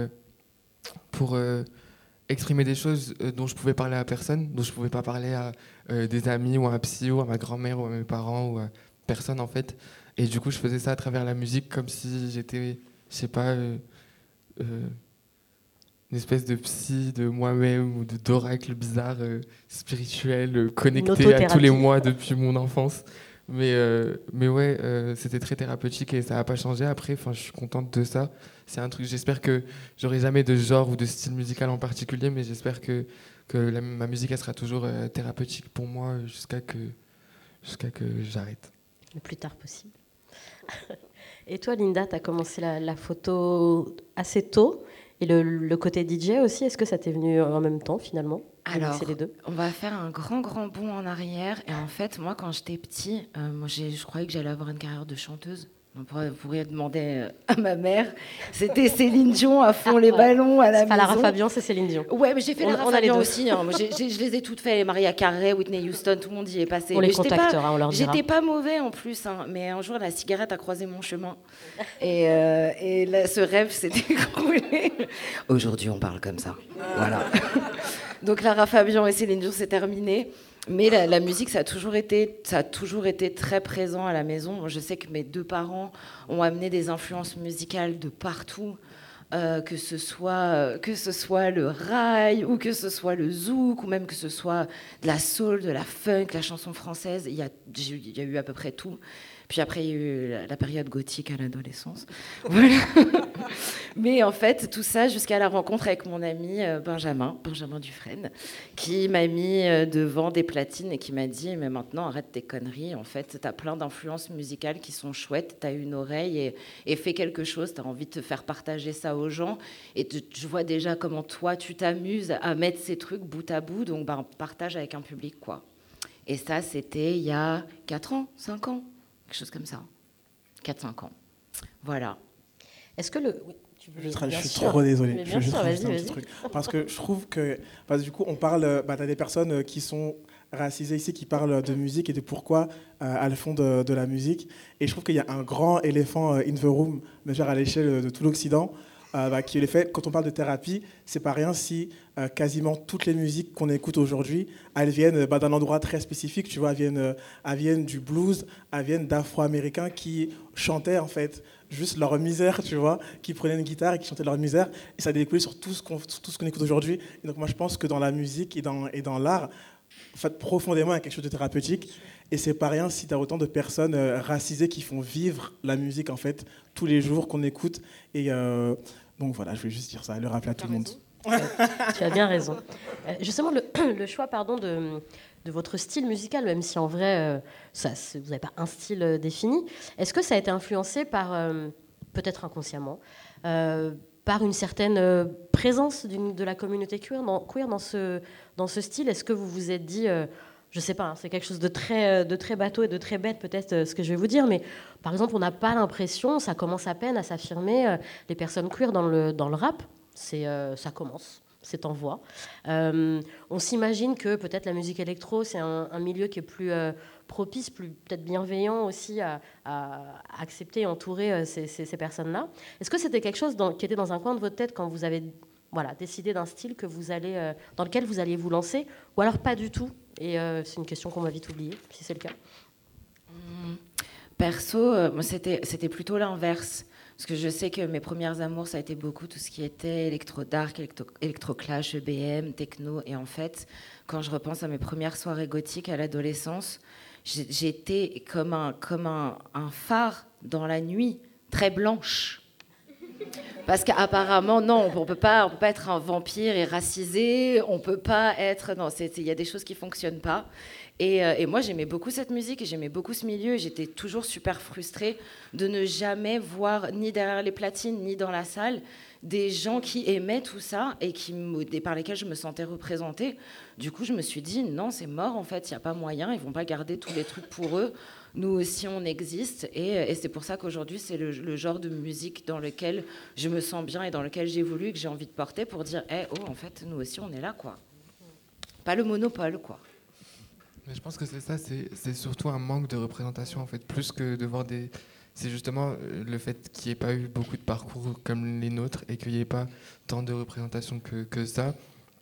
pour exprimer des choses dont je pouvais parler à personne, dont je pouvais pas parler à des amis ou à un psy ou à ma grand-mère ou à mes parents ou à personne en fait. Et du coup, je faisais ça à travers la musique comme si j'étais, je sais pas, une espèce de psy de moi-même ou d'oracle bizarre, spirituel, connecté à tous les mois depuis mon enfance. Mais ouais, c'était très thérapeutique et ça n'a pas changé après. Enfin, je suis contente de ça. C'est un truc. J'espère que j'aurai jamais de genre ou de style musical en particulier, mais j'espère que ma musique elle sera toujours thérapeutique pour moi jusqu'à que j'arrête. Le plus tard possible. Et toi, Linda, tu as commencé la photo assez tôt et le côté DJ aussi. Est-ce que ça t'est venu en même temps finalement? Alors, les deux. On va faire un grand bond en arrière. Et en fait, moi, quand j'étais petit, je croyais que j'allais avoir une carrière de chanteuse. Vous pourriez demander à ma mère. C'était Céline Dion à fond les ballons à la maison. C'est pas Lara Fabian, c'est Céline Dion. Ouais, mais j'ai fait Lara Fabian aussi. Hein. Moi, je les ai toutes faites. Maria Carey, Whitney Houston, tout le monde y est passé. On les contactera, on leur dira. J'étais pas mauvais en plus. Hein. Mais un jour, la cigarette a croisé mon chemin. Et là, ce rêve s'est écroulé. Aujourd'hui, on parle comme ça. Voilà. Donc Lara Fabian et Céline Dion, c'est terminé. Mais la musique, ça a toujours été très présent à la maison. Moi, je sais que mes deux parents ont amené des influences musicales de partout, que ce soit le raï, ou que ce soit le zouk, ou même que ce soit de la soul, de la funk, la chanson française. Il y a eu à peu près tout. Puis après, il y a eu la période gothique à l'adolescence. Voilà. Mais en fait, tout ça jusqu'à la rencontre avec mon ami Benjamin Dufresne, qui m'a mis devant des platines et qui m'a dit « Mais maintenant, arrête tes conneries. En fait, tu as plein d'influences musicales qui sont chouettes. Tu as une oreille et fais quelque chose. Tu as envie de te faire partager ça aux gens. Et je vois déjà comment toi, tu t'amuses à mettre ces trucs bout à bout. Donc, partage avec un public, quoi. » Et ça, c'était il y a 4 ans, 5 ans. Quelque chose comme ça. 4-5 ans. Voilà. Est-ce que Oui, je suis trop désolé. Mais bien sûr, vas-y. Parce que je trouve que... du coup, on parle... tu as des personnes qui sont racisées ici, qui parlent de musique et de pourquoi elles font de la musique. Et je trouve qu'il y a un grand éléphant in the room, à l'échelle de tout l'Occident, qui est le fait, quand on parle de thérapie, c'est pas rien si quasiment toutes les musiques qu'on écoute aujourd'hui, elles viennent d'un endroit très spécifique, tu vois, elles viennent du blues, elles viennent d'Afro-Américains qui chantaient en fait juste leur misère, tu vois, qui prenaient une guitare et qui chantaient leur misère, et ça a découlé sur tout ce qu'on écoute aujourd'hui. Et donc moi je pense que dans la musique et dans l'art, en fait, profondément, il y a quelque chose de thérapeutique. Et c'est pas rien si tu as autant de personnes racisées qui font vivre la musique en fait tous les jours qu'on écoute. Et donc voilà, je voulais juste dire ça, le rappeler à tout le monde. Tu as bien raison. Justement, le choix de votre style musical, même si en vrai, vous n'avez pas un style défini, est-ce que ça a été influencé par, peut-être inconsciemment, par une certaine présence de la communauté queer dans ce style? Est-ce que vous vous êtes dit, je ne sais pas, hein, c'est quelque chose de très bateau et de très bête peut-être ce que je vais vous dire, mais par exemple, on n'a pas l'impression, ça commence à peine à s'affirmer, les personnes queer dans le rap, ça commence. C'est en voie. On s'imagine que peut-être la musique électro, c'est un milieu qui est plus propice, plus peut-être bienveillant aussi à accepter et entourer ces personnes-là. Est-ce que c'était quelque chose qui était dans un coin de votre tête quand vous avez décidé d'un style dans lequel vous alliez vous lancer, ou alors pas du tout? Et c'est une question qu'on va vite oublier, si c'est le cas. Perso, moi, c'était plutôt l'inverse. Parce que je sais que mes premières amours, ça a été beaucoup tout ce qui était électro-dark, électro-clash, EBM, techno. Et en fait, quand je repense à mes premières soirées gothiques à l'adolescence, j'étais comme un phare dans la nuit, très blanche. Parce qu'apparemment, non, on peut pas être un vampire et racisé, on peut pas être... Non, il y a des choses qui fonctionnent pas. Et moi, j'aimais beaucoup cette musique et j'aimais beaucoup ce milieu. Et j'étais toujours super frustrée de ne jamais voir, ni derrière les platines, ni dans la salle, des gens qui aimaient tout ça et par lesquels je me sentais représentée. Du coup, je me suis dit, non, c'est mort, en fait, il n'y a pas moyen, ils vont pas garder tous les trucs pour eux. Nous aussi, on existe. Et c'est pour ça qu'aujourd'hui, c'est le genre de musique dans lequel je me sens bien et dans lequel j'évolue et que j'ai envie de porter pour dire, en fait, nous aussi, on est là, quoi. Pas le monopole, quoi. Mais je pense que c'est ça, c'est surtout un manque de représentation, en fait, plus que de voir des... C'est justement le fait qu'il n'y ait pas eu beaucoup de parcours comme les nôtres et qu'il n'y ait pas tant de représentation que ça,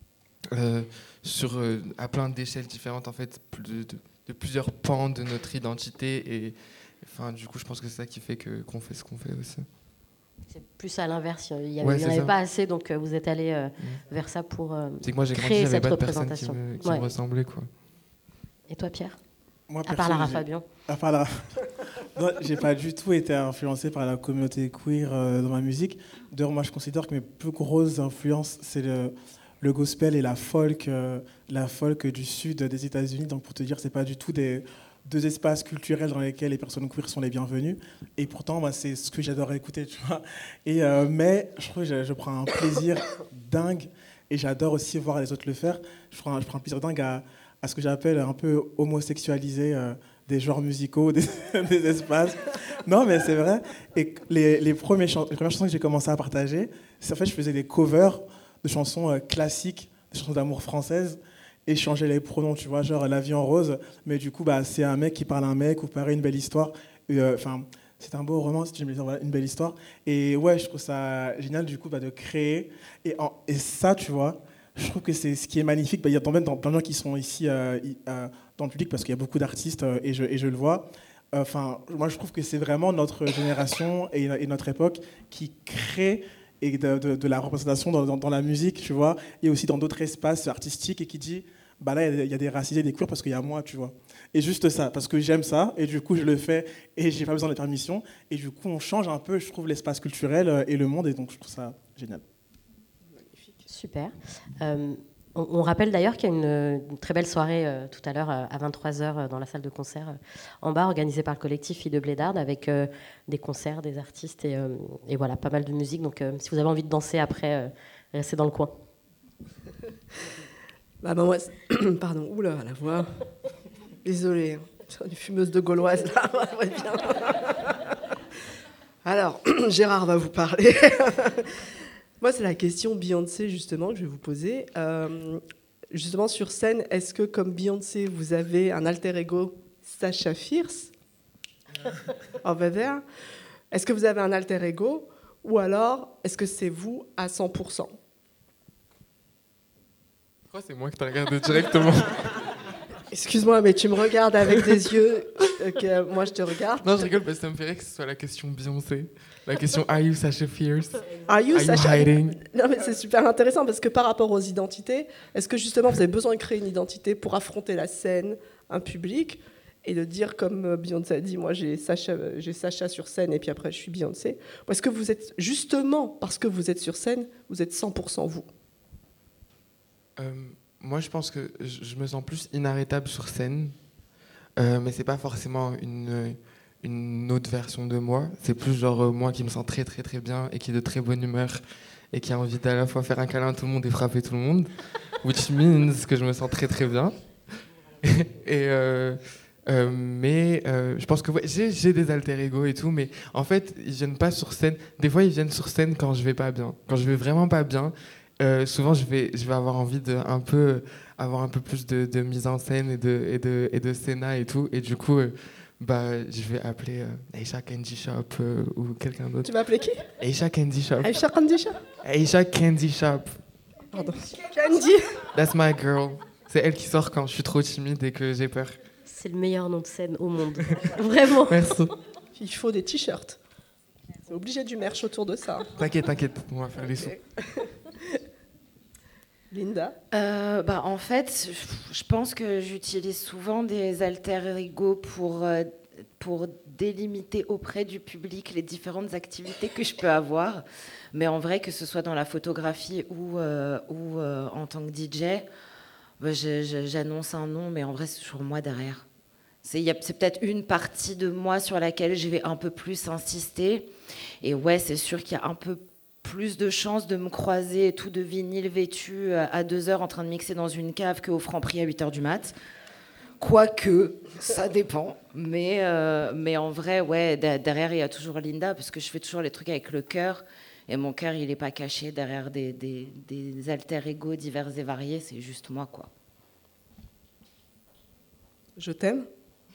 à plein d'échelles différentes, en fait, de plusieurs pans de notre identité. Et enfin, du coup, je pense que c'est ça qui fait qu'on fait ce qu'on fait aussi. C'est plus à l'inverse, il n'y en avait pas assez, donc vous êtes allé vers ça pour c'est que moi, j'ai créer grandi, cette pas de représentation. personnes qui me ressemblaient, quoi. Et toi, Pierre? Moi, à part Lara Fabian. Non, j'ai pas du tout été influencé par la communauté queer dans ma musique. D'ailleurs, moi, je considère que mes plus grosses influences, c'est le gospel et la folk du sud des États-Unis. Donc, pour te dire, c'est pas du tout deux espaces culturels dans lesquels les personnes queer sont les bienvenues. Et pourtant, moi, c'est ce que j'adore écouter, tu vois. Mais je trouve que je prends un plaisir dingue et j'adore aussi voir les autres le faire. Je prends un plaisir dingue à ce que j'appelle un peu homosexualiser des genres musicaux, des espaces. Non, mais c'est vrai. Et les premières chansons que j'ai commencé à partager, c'est en fait, je faisais des covers de chansons classiques, des chansons d'amour françaises, et je changeais les pronoms, tu vois, genre La vie en rose, mais du coup, c'est un mec qui parle à un mec, ou pareil, une belle histoire. Enfin, c'est un beau roman, si tu me dis, voilà, une belle histoire. Et ouais, je trouve ça génial, du coup, de créer. Et ça, tu vois, je trouve que c'est ce qui est magnifique. Il y a plein de gens qui sont ici dans le public parce qu'il y a beaucoup d'artistes et je le vois. Moi, je trouve que c'est vraiment notre génération et notre époque qui crée et de la représentation dans la musique, tu vois, et aussi dans d'autres espaces artistiques et qui dit, là, il y a des racisés, des queers parce qu'il y a moi, tu vois. Et juste ça, parce que j'aime ça et du coup, je le fais et j'ai pas besoin de permission. Et du coup, on change un peu, je trouve, l'espace culturel et le monde et donc je trouve ça génial. Super. On rappelle d'ailleurs qu'il y a une très belle soirée tout à l'heure à 23h dans la salle de concert en bas, organisée par le collectif Filles de Blédard, avec des concerts, des artistes et voilà, pas mal de musique. Donc si vous avez envie de danser après, restez dans le coin. Moi, pardon, oula, la voix. Désolée, j'ai une fumeuse de gauloise là. Bien. Alors, Gérard va vous parler. Moi, c'est la question Beyoncé, justement, que je vais vous poser. Justement, sur scène, est-ce que, comme Beyoncé, vous avez un alter ego Sasha Fierce over there? Est-ce que vous avez un alter ego? Ou alors, est-ce que c'est vous à 100%? Pourquoi c'est moi qui te regarde directement? Excuse-moi, mais tu me regardes avec des yeux que moi, je te regarde. Non, je rigole parce que ça me fait rire que ce soit la question Beyoncé. La question Are you Sasha Fierce? Are you Sasha hiding? Non, mais c'est super intéressant parce que par rapport aux identités, est-ce que justement vous avez besoin de créer une identité pour affronter la scène, un public, et de dire comme Beyoncé a dit, moi j'ai Sasha sur scène et puis après je suis Beyoncé? Ou est-ce que vous êtes justement parce que vous êtes sur scène, vous êtes 100% vous? moi, je pense que je me sens plus inarrêtable sur scène, mais c'est pas forcément une autre version de moi. C'est plus genre moi qui me sens très très très bien et qui est de très bonne humeur et qui a envie d'à la fois faire un câlin à tout le monde et frapper tout le monde, which means que je me sens très très bien. Mais je pense que ouais, j'ai des alter ego et tout, mais en fait ils viennent pas sur scène. Des fois ils viennent sur scène quand je vais pas bien, quand je vais vraiment pas bien. Souvent je vais avoir envie de avoir un peu plus de mise en scène et de scéna et tout, et du coup je vais appeler Aisha Candy Shop ou quelqu'un d'autre. Tu vas appeler qui? Aisha Candy Shop. Aisha Candy Shop. Aisha Candy Shop. Pardon. Candy. That's my girl. C'est elle qui sort quand je suis trop timide et que j'ai peur. C'est le meilleur nom de scène au monde. Vraiment. Merci. Il faut des t-shirts. C'est obligé du merch autour de ça. T'inquiète, on va faire les sous. Linda? En fait, je pense que j'utilise souvent des alter ego pour délimiter auprès du public les différentes activités que je peux avoir. Mais en vrai, que ce soit dans la photographie ou en tant que DJ, j'annonce un nom, mais en vrai, c'est toujours moi derrière. C'est peut-être une partie de moi sur laquelle je vais un peu plus insister. Et ouais, c'est sûr qu'il y a un peu plus de chances de me croiser et tout de vinyle vêtu à 2h en train de mixer dans une cave qu'au Franprix à 8h du mat'. Quoique, ça dépend. Mais en vrai, ouais, derrière, il y a toujours Linda, parce que je fais toujours les trucs avec le cœur. Et mon cœur, il n'est pas caché derrière des alter ego divers et variés. C'est juste moi, quoi. Je t'aime.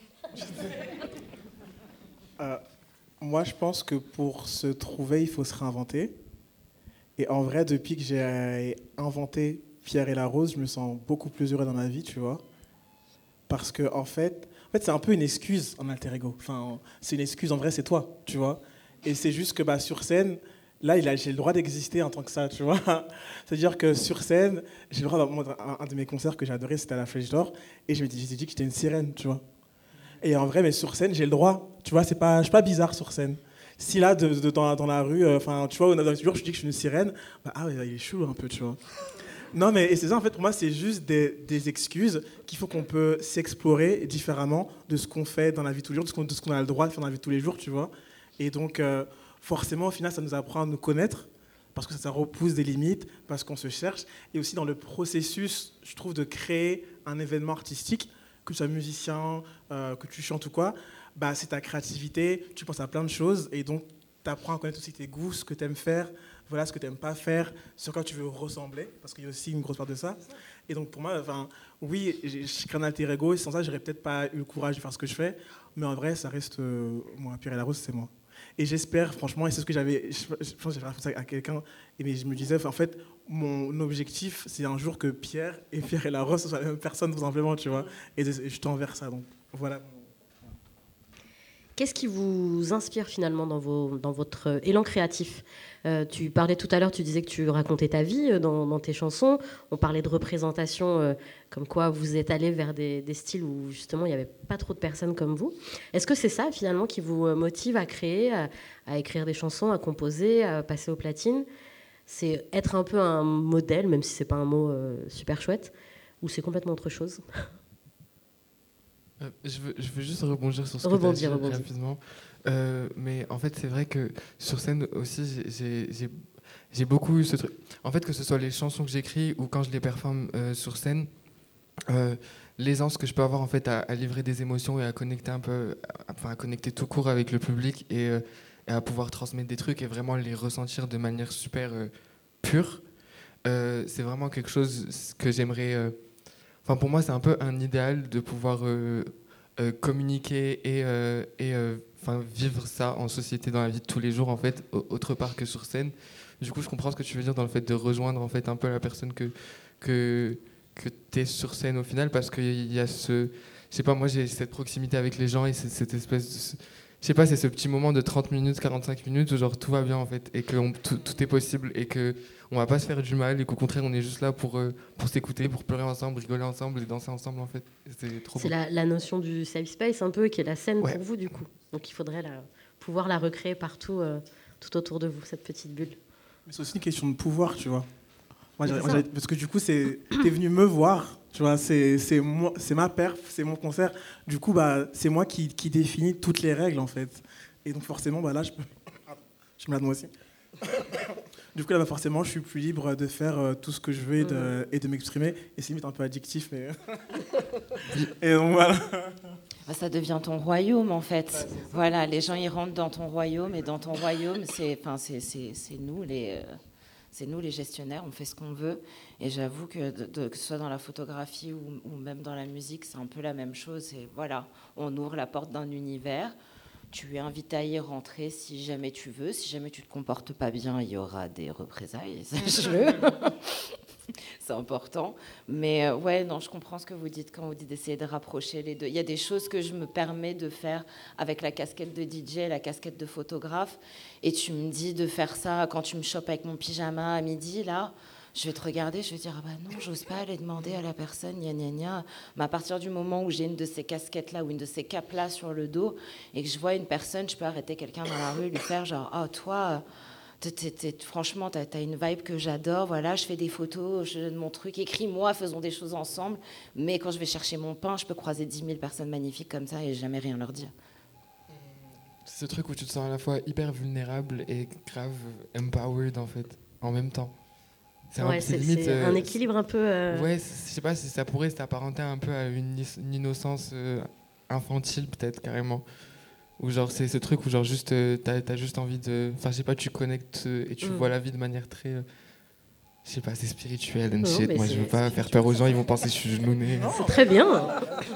Moi, je pense que pour se trouver, il faut se réinventer. Et en vrai, depuis que j'ai inventé Pierre et la Rose, je me sens beaucoup plus heureux dans ma vie, tu vois. Parce que, en fait, c'est un peu une excuse en alter ego. Enfin, c'est une excuse, en vrai, c'est toi, tu vois. Et c'est juste que sur scène, là, j'ai le droit d'exister en tant que ça, tu vois. C'est-à-dire que sur scène, j'ai le droit un de mes concerts que j'ai adoré, c'était à la Flèche d'Or. Et je me suis dit que j'étais une sirène, tu vois. Et en vrai, mais sur scène, j'ai le droit. Tu vois, je suis pas bizarre sur scène. Si là, dans la rue, tu vois, dans je dis que je suis une sirène, ah ouais, il est chou un peu, tu vois. Non, mais c'est ça, en fait, pour moi, c'est juste des excuses qu'il faut qu'on peut s'explorer différemment de ce qu'on fait dans la vie de tous les jours, de ce qu'on a le droit de faire dans la vie de tous les jours, tu vois. Et donc, forcément, au final, ça nous apprend à nous connaître, parce que ça repousse des limites, parce qu'on se cherche. Et aussi dans le processus, je trouve, de créer un événement artistique, que tu sois musicien, que tu chantes ou quoi, c'est ta créativité, tu penses à plein de choses, et donc tu apprends à connaître aussi tes goûts, ce que tu aimes faire, voilà, ce que tu n'aimes pas faire, sur quoi tu veux ressembler, parce qu'il y a aussi une grosse part de ça. Et donc pour moi, oui, je crée un alter ego, et sans ça, j'aurais peut-être pas eu le courage de faire ce que je fais, mais en vrai, ça reste moi, Pierre et la Rose, c'est moi. Et j'espère, franchement, et c'est ce que je pense que j'avais raconté ça à quelqu'un, mais je me disais, en fait, mon objectif, c'est un jour que Pierre et la Rose soient la même personne, tout simplement, tu vois. Et je tends vers ça, donc voilà. Qu'est-ce qui vous inspire finalement dans votre élan créatif ? Tu parlais tout à l'heure, tu disais que tu racontais ta vie dans tes chansons. On parlait de représentation, comme quoi vous êtes allé vers des styles où justement il n'y avait pas trop de personnes comme vous. Est-ce que c'est ça finalement qui vous motive à créer, à écrire des chansons, à composer, à passer aux platines ? C'est être un peu un modèle, même si ce n'est pas un mot super chouette, ou c'est complètement autre chose ? Je veux juste rebondir sur ce que tu as dit rapidement. Mais en fait, c'est vrai que sur scène aussi, j'ai beaucoup eu ce truc. En fait, que ce soit les chansons que j'écris ou quand je les performe sur scène, l'aisance que je peux avoir en fait à livrer des émotions et à connecter un peu, à connecter tout court avec le public et à pouvoir transmettre des trucs et vraiment les ressentir de manière super pure, c'est vraiment quelque chose que j'aimerais... pour moi, c'est un peu un idéal de pouvoir communiquer et vivre ça en société dans la vie de tous les jours, en fait, autre part que sur scène. Du coup, je comprends ce que tu veux dire dans le fait de rejoindre en fait un peu la personne que tu es sur scène au final, parce qu'il y a ce... Je sais pas, moi j'ai cette proximité avec les gens et cette espèce de... Je sais pas, c'est ce petit moment de 30 minutes, 45 minutes où genre tout va bien en fait et que tout est possible et que on va pas se faire du mal et qu'au contraire on est juste là pour s'écouter, pour pleurer ensemble, rigoler ensemble et danser ensemble en fait. C'est trop beau. C'est la notion du safe space un peu qui est la scène pour vous du coup. Donc il faudrait pouvoir la recréer partout, tout autour de vous, cette petite bulle. Mais c'est aussi une question de pouvoir, tu vois. Parce que du coup, t'es venu me voir, tu vois, c'est ma perf, c'est mon concert. Du coup, c'est moi qui définis toutes les règles, en fait. Et donc, forcément, là, je me la moi aussi. Du coup, là, forcément, je suis plus libre de faire tout ce que je veux et de m'exprimer. Et c'est limite un peu addictif, mais... Et donc, voilà. Ça devient ton royaume, en fait. Ouais, voilà, les gens, ils rentrent dans ton royaume, et dans ton royaume, c'est nous, c'est nous les gestionnaires, on fait ce qu'on veut. Et j'avoue que que ce soit dans la photographie ou même dans la musique, c'est un peu la même chose. Et voilà, on ouvre la porte d'un univers. Tu es invité à y rentrer si jamais tu veux. Si jamais tu ne te comportes pas bien, il y aura des représailles, sache-le. C'est important. Mais ouais, non, je comprends ce que vous dites quand vous dites d'essayer de rapprocher les deux. Il y a des choses que je me permets de faire avec la casquette de DJ et la casquette de photographe. Et tu me dis de faire ça quand tu me chopes avec mon pyjama à midi, là. Je vais te regarder, je vais dire, ah bah non, j'ose pas aller demander à la personne, gna gna gna. Mais à partir du moment où j'ai une de ces casquettes-là ou une de ces capes-là sur le dos et que je vois une personne, je peux arrêter quelqu'un dans la rue et lui faire genre, oh toi, franchement, t'as une vibe que j'adore, voilà, je fais des photos, je donne mon truc, écris-moi, faisons des choses ensemble. Mais quand je vais chercher mon pain, je peux croiser 10 000 personnes magnifiques comme ça et jamais rien leur dire. C'est ce truc où tu te sens à la fois hyper vulnérable et grave empowered, en fait, en même temps. C'est un équilibre un peu... Ouais, je sais pas si ça pourrait s'apparenter un peu à une innocence infantile, peut-être, carrément. Ou genre, c'est ce truc où genre juste, t'as juste envie de... Enfin, je sais pas, tu connectes et tu vois la vie de manière très... je sais pas, c'est spirituel and shit. Moi, je veux pas faire peur aux gens, ils vont penser que je suis genounée. C'est très bien.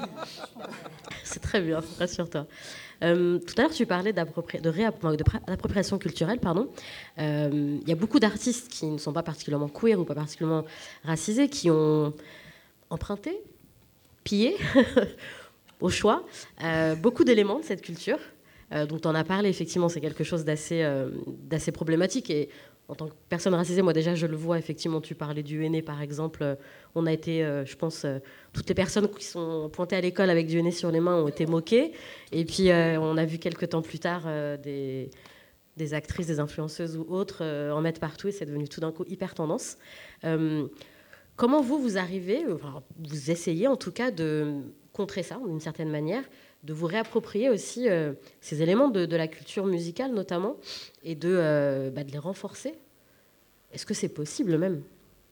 C'est très bien, rassure-toi. Tout à l'heure, tu parlais d'appropriation culturelle. Il y a beaucoup d'artistes qui ne sont pas particulièrement queer ou pas particulièrement racisés qui ont emprunté, pillé, au choix, beaucoup d'éléments de cette culture. Dont on a parlé, effectivement, c'est quelque chose d'assez problématique. Et en tant que personne racisée, moi déjà, je le vois, effectivement, tu parlais du henné, par exemple. On a été, je pense, toutes les personnes qui sont pointées à l'école avec du henné sur les mains ont été moquées. Et puis, on a vu quelques temps plus tard des actrices, des influenceuses ou autres en mettre partout. Et c'est devenu tout d'un coup hyper tendance. Comment vous arrivez, vous essayez en tout cas de contrer ça, d'une certaine manière, de vous réapproprier aussi ces éléments de la culture musicale notamment, et de les renforcer. Est-ce que c'est possible même ?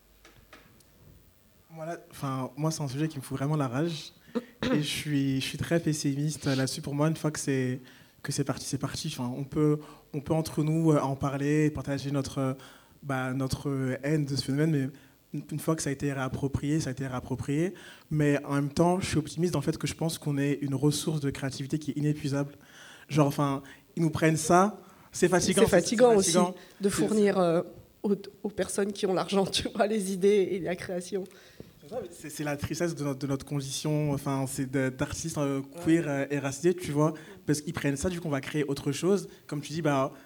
Moi, c'est un sujet qui me fout vraiment la rage. Et je suis très pessimiste là-dessus. Pour moi, une fois que c'est parti, c'est parti. On peut entre nous en parler, partager notre haine de ce phénomène, mais une fois que ça a été réapproprié, ça a été réapproprié. Mais en même temps, je suis optimiste dans le fait que je pense qu'on est une ressource de créativité qui est inépuisable. Ils nous prennent ça. C'est fatigant. C'est fatigant aussi de fournir aux personnes qui ont l'argent, tu vois, les idées et la création. C'est la tristesse de notre condition, c'est d'artistes queer et racisés, tu vois, parce qu'ils prennent ça, du coup on va créer autre chose. Comme tu dis,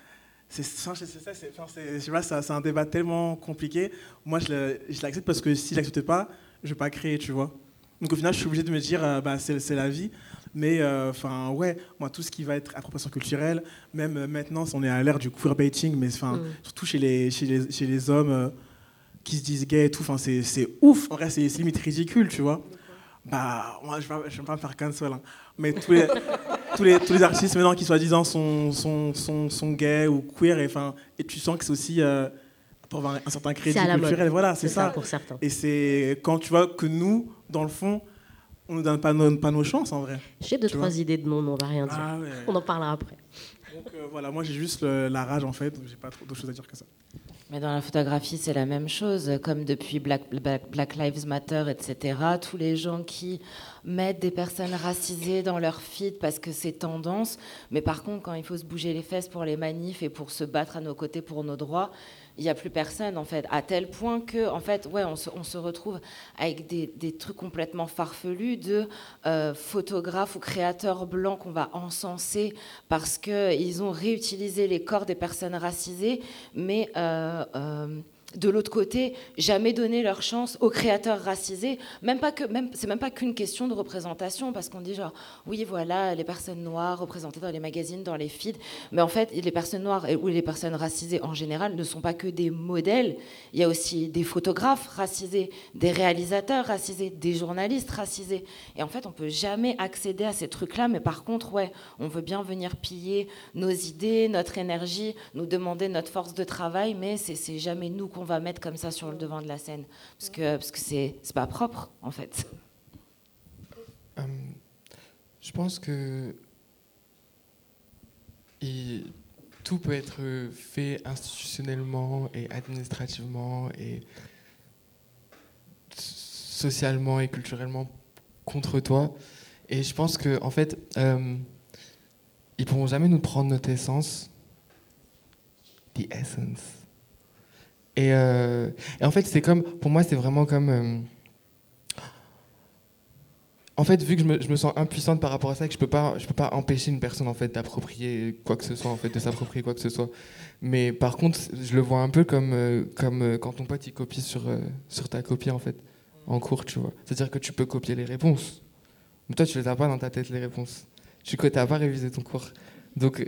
c'est un débat tellement compliqué. Moi, je l'accepte parce que si je l'accepte pas, je vais pas créer, tu vois. Donc au final, je suis obligé de me dire, c'est la vie. Mais moi, tout ce qui va être appropriation culturelle, même maintenant, on est à l'ère du queerbaiting, mais surtout chez les hommes qui se disent gays et tout, c'est ouf. En vrai, c'est limite ridicule, tu vois. Moi, je vais pas me faire cancel, hein. Mais tous les artistes maintenant qui soi-disant sont gays ou queer, et tu sens que c'est aussi pour avoir un certain crédit culturel. Voilà, c'est ça. Pour certains. Et c'est quand tu vois que nous, dans le fond, on ne donne pas nos chances, en vrai. J'ai 2-3 idées de noms, mais on va rien dire. Ouais. On en parlera après. Donc moi j'ai juste la rage, en fait, donc j'ai pas trop d'autres choses à dire que ça. Mais dans la photographie, c'est la même chose. Comme depuis Black Lives Matter, etc., tous les gens qui mettent des personnes racisées dans leur feed parce que c'est tendance. Mais par contre, quand il faut se bouger les fesses pour les manifs et pour se battre à nos côtés pour nos droits, il n'y a plus personne, en fait. À tel point que, en fait, on se retrouve avec des trucs complètement farfelus de photographes ou créateurs blancs qu'on va encenser parce qu'ils ont réutilisé les corps des personnes racisées, mais de l'autre côté, jamais donner leur chance aux créateurs racisés. C'est même pas qu'une question de représentation, parce qu'on dit genre, oui, voilà, les personnes noires représentées dans les magazines, dans les feeds, mais en fait, les personnes noires ou les personnes racisées en général ne sont pas que des modèles. Il y a aussi des photographes racisés, des réalisateurs racisés, des journalistes racisés. Et en fait, on peut jamais accéder à ces trucs-là, mais par contre, ouais, on veut bien venir piller nos idées, notre énergie, nous demander notre force de travail, mais c'est jamais nous qu'on va mettre comme ça sur le devant de la scène, parce que c'est pas propre en fait. Je pense que tout peut être fait institutionnellement et administrativement et socialement et culturellement contre toi. Et je pense que en fait, ils pourront jamais nous prendre notre essence, the essence. Et en fait, c'est comme, pour moi, c'est vraiment comme. En fait, vu que je me sens impuissante par rapport à ça, que je peux pas empêcher une personne en fait d'approprier quoi que ce soit, en fait, de s'approprier quoi que ce soit. Mais par contre, je le vois un peu comme quand ton pote il copie sur ta copie en fait, en cours, tu vois. C'est-à-dire que tu peux copier les réponses, mais toi tu les as pas dans ta tête les réponses. Tu n'as pas révisé ton cours, donc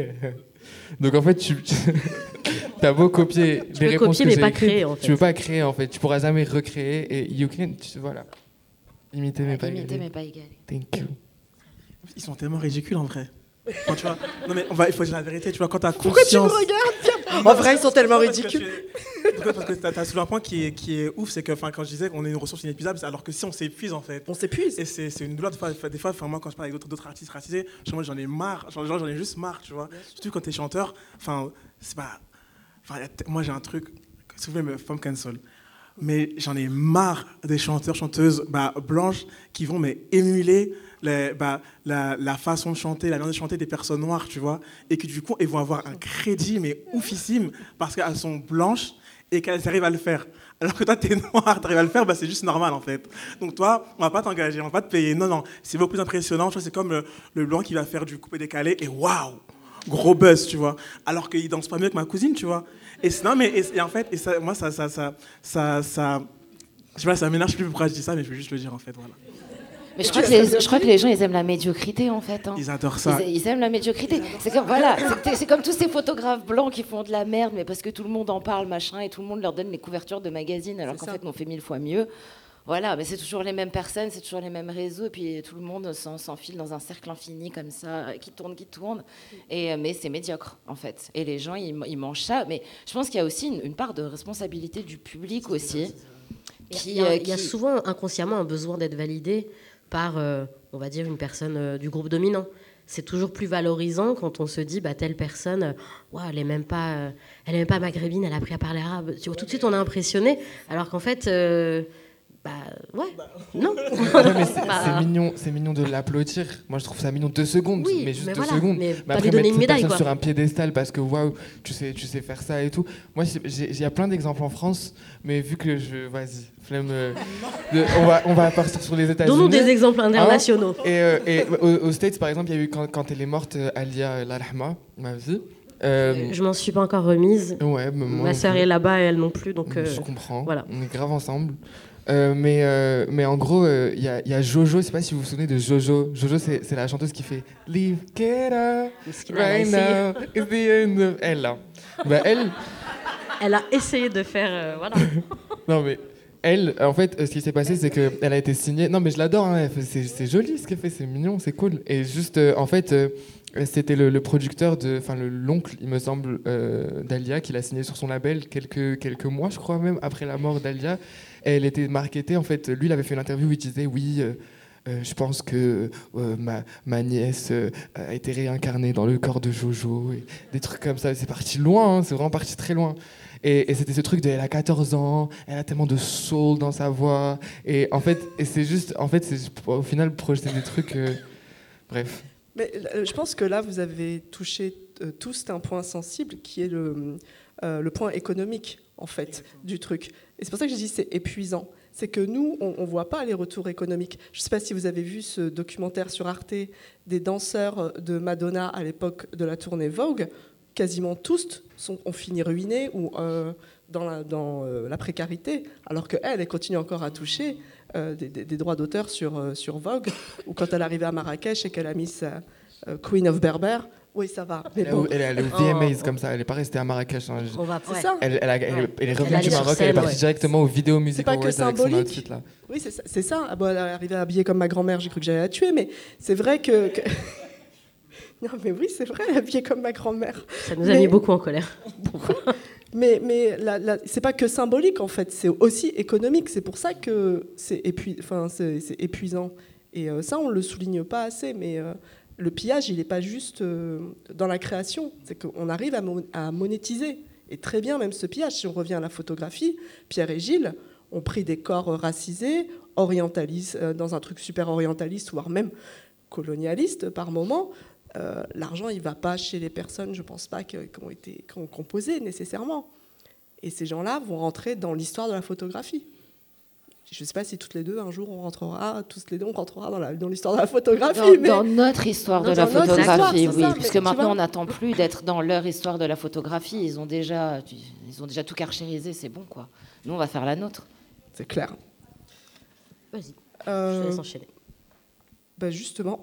en fait tu as beau copier les réponses copier, que mais j'ai pas écrites, créer, en fait. tu peux pas créer en fait. Tu pourras jamais recréer et voilà. Imiter mais pas égaler. Thank you. Ils sont tellement ridicules en vrai. Quand tu vois, non mais il faut dire la vérité, tu vois, quand t'as Pourquoi tu me conscience. regardes? En vrai, ils sont tellement Parce que ridicules. parce que t'as soulevé un point qui est ouf, c'est que quand je disais qu'on est une ressource inépuisable, c'est alors que si on s'épuise en fait. On s'épuise. Et c'est une douleur des fois, moi quand je parle avec d'autres artistes racisés, j'en ai marre, j'en ai juste marre, tu vois. Surtout quand t'es chanteur, c'est pas. Moi j'ai un truc, s'il vous plaît, me femme cancel. Mais j'en ai marre des chanteurs, chanteuses blanches qui vont émuler la façon de chanter, la manière de chanter des personnes noires, tu vois, et que du coup, elles vont avoir un crédit, mais oufissime, parce qu'elles sont blanches et qu'elles arrivent à le faire. Alors que toi, t'es noir, t'arrives à le faire, c'est juste normal, en fait. Donc toi, on va pas t'engager, on va pas te payer. Non, c'est beaucoup plus impressionnant. Tu vois, c'est comme le blanc qui va faire du coupé-décalé, et waouh, gros buzz, tu vois. Alors qu'il danse pas mieux que ma cousine, tu vois. Et en fait, moi, ça, je sais pas, ça m'énerve, je sais plus pourquoi je dis ça, mais je veux juste le dire, en fait, voilà. Mais je crois que les gens, ils aiment la médiocrité, en fait. Hein. Ils adorent ça. Ils aiment la médiocrité. C'est comme, voilà, c'est comme tous ces photographes blancs qui font de la merde, mais parce que tout le monde en parle, machin, et tout le monde leur donne les couvertures de magazines, alors qu'en fait, on fait 1000 fois mieux. Voilà, mais c'est toujours les mêmes personnes, c'est toujours les mêmes réseaux, et puis tout le monde s'enfile dans un cercle infini comme ça, qui tourne. Mais c'est médiocre, en fait. Et les gens, ils mangent ça. Mais je pense qu'il y a aussi une part de responsabilité du public aussi. Il y a souvent inconsciemment un besoin d'être validé par, on va dire, une personne du groupe dominant. C'est toujours plus valorisant quand on se dit telle personne, elle n'est même pas maghrébine, elle a appris à parler arabe. Tout de suite, on est impressionné, alors qu'en fait, non. C'est mignon de l'applaudir. Moi, je trouve ça mignon 2 secondes, oui, mais juste 2 voilà, secondes. Mais après, lui donner mettre une médaille, cette personne quoi. sur un piédestal parce que waouh, tu sais faire ça et tout. Moi, il y a plein d'exemples en France, mais vu que vas-y, flemme. On va partir sur les États-Unis. Donnons des exemples internationaux. Et aux States, par exemple, il y a eu quand elle est morte, Alia Larhma, ma vie. Je m'en suis pas encore remise. Ouais, ma sœur est là-bas et elle non plus, donc. Je comprends. Voilà. On est grave ensemble. Mais en gros, il y a Jojo, je sais pas si vous vous souvenez de Jojo. Jojo, c'est la chanteuse qui fait Leave Kera right now. It's the end of... Elle, là. Elle a essayé de faire. Voilà. Non, mais elle, en fait, ce qui s'est passé, c'est qu'elle a été signée. Non, mais je l'adore, hein, c'est joli ce qu'elle fait, c'est mignon, c'est cool. Et juste, en fait, c'était le producteur, l'oncle, il me semble, d'Alia, qui l'a signé sur son label quelques mois, je crois même, après la mort d'Alia. Et elle était marketée, en fait. Lui, il avait fait une interview où il disait oui. Je pense que ma nièce a été réincarnée dans le corps de Jojo, et des trucs comme ça. C'est parti loin, hein, c'est vraiment parti très loin. Et c'était ce truc de elle a 14 ans, elle a tellement de soul dans sa voix. Et en fait, c'est au final projeter des trucs. Bref. Mais je pense que là, vous avez touché tous un point sensible qui est le point économique, en fait, du truc. Et c'est pour ça que je dis c'est épuisant. C'est que nous, on ne voit pas les retours économiques. Je ne sais pas si vous avez vu ce documentaire sur Arte des danseurs de Madonna à l'époque de la tournée Vogue. quasiment tous ont fini ruinés ou dans la précarité, alors qu'elle, elle continue encore à toucher des droits d'auteur sur Vogue, ou quand elle est arrivée à Marrakech et qu'elle a mis sa Queen of Berber. Oui, ça va. Mais bon. Elle est allée au VMAs comme ça, elle n'est pas restée à Marrakech. Hein. C'est ça. Elle est revenue Elle du allait Maroc, sur scène, elle est partie directement au Video Music pas que Awards avec son symbolique. outfit là. Oui, c'est ça. Ah bon, elle est arrivée habillée comme ma grand-mère, j'ai cru que j'allais la tuer, mais c'est vrai que... Non, mais oui, c'est vrai, elle est habillée comme ma grand-mère. Ça nous a mis beaucoup en colère. Mais c'est pas que symbolique, en fait, c'est aussi économique. C'est pour ça que c'est épuisant. Et ça, on le souligne pas assez, mais... le pillage, il n'est pas juste dans la création, c'est qu'on arrive à monétiser. Et très bien, même ce pillage, si on revient à la photographie, Pierre et Gilles ont pris des corps racisés, orientalistes, dans un truc super orientaliste, voire même colonialiste par moment. L'argent, il ne va pas chez les personnes, je ne pense pas, qui ont composé nécessairement. Et ces gens-là vont rentrer dans l'histoire de la photographie. Je ne sais pas si toutes les deux, un jour, on rentrera dans l'histoire de la photographie. Dans notre histoire de la photographie, oui. Puisque maintenant, on n'attend plus d'être dans leur histoire de la photographie. Ils ont déjà tout carchérisé, c'est bon, quoi. Nous, on va faire la nôtre. C'est clair. Vas-y, je te laisse enchaîner. Justement,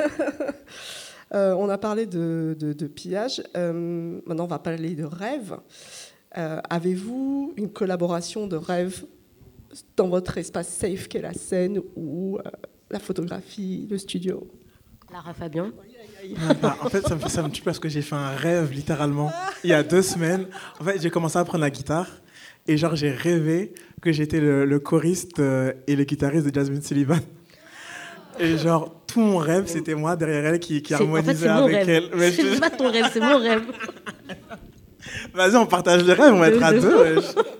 on a parlé de pillage. Maintenant, on va parler de rêve. Avez-vous une collaboration de rêve dans votre espace safe qu'est la scène ou la photographie, le studio? Lara Fabian. En fait, ça me tue parce que j'ai fait un rêve, littéralement, il y a 2 semaines. En fait, j'ai commencé à apprendre la guitare et j'ai rêvé que j'étais le choriste et le guitariste de Jasmine Sullivan. Et tout mon rêve, c'était moi derrière elle qui harmonisait avec elle. Mais c'est pas ton rêve, c'est mon rêve. Vas-y, on partage le rêve, on va être à 2.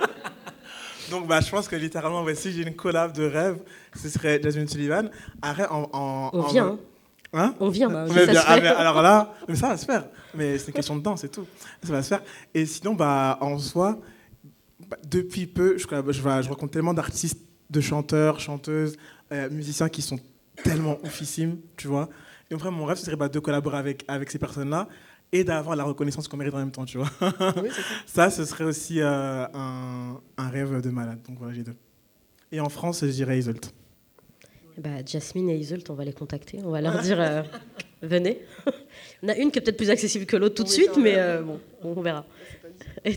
Donc, je pense que littéralement, si j'ai une collab de rêve, ce serait Jasmine Sullivan. Après, on vient. Hein? On vient. Alors là, mais ça va se faire. Mais c'est une question de temps, c'est tout. Ça va se faire. Et sinon, en soi, depuis peu, je rencontre tellement d'artistes, de chanteurs, chanteuses, musiciens qui sont tellement oufissimes, tu vois. Et en vrai, mon rêve, ce serait de collaborer avec ces personnes-là et d'avoir la reconnaissance qu'on mérite en même temps, tu vois. Oui, ça, ce serait aussi un rêve de malade. Donc voilà, j'ai 2. Et en France, je dirais Isolt. Jasmine et Isolt, on va les contacter. On va leur dire, venez. On a une qui est peut-être plus accessible que l'autre tout de suite, mais on verra. Et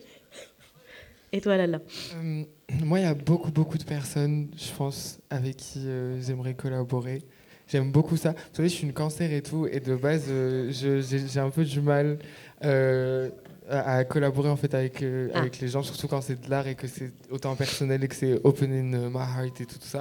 toi, Lala? Moi, il y a beaucoup de personnes, je pense, avec qui j'aimerais collaborer. J'aime beaucoup ça. Vous savez, je suis une cancer et tout, et de base, j'ai un peu du mal à collaborer en fait avec les gens, surtout quand c'est de l'art et que c'est autant personnel et que c'est open in my heart et tout ça.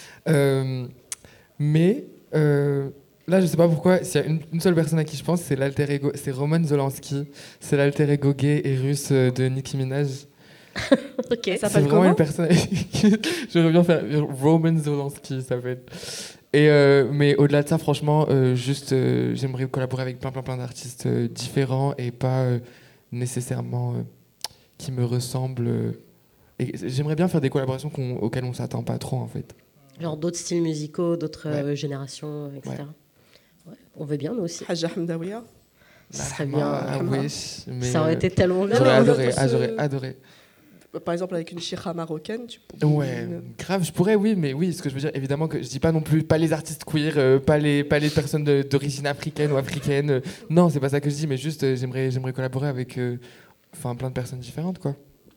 Mais là, je sais pas pourquoi, s'il y a une seule personne à qui je pense, c'est l'alter ego, c'est Roman Zolanski, c'est l'alter ego gay et russe de Nicki Minaj. Ok. Ça C'est vraiment une personne. J'aurais bien faire Roman Zolanski, ça s'appelle. Et mais au-delà de ça, franchement, j'aimerais collaborer avec plein d'artistes différents et pas nécessairement qui me ressemblent. Et j'aimerais bien faire des collaborations auxquelles on s'attend pas trop, en fait. Genre d'autres styles musicaux, d'autres générations, etc. Ouais. On veut bien, nous aussi. Haja Hamdawiya. Ça serait bien. Wish, mais ça aurait été tellement bien. J'aurais adoré. Par exemple, avec une chira marocaine, tu peux... Ouais, grave, je pourrais, oui, mais oui, ce que je veux dire, évidemment que je dis pas non plus, pas les artistes queer, pas les personnes d'origine africaine ou africaine, non, c'est pas ça que je dis, mais juste, j'aimerais collaborer avec plein de personnes différentes, quoi.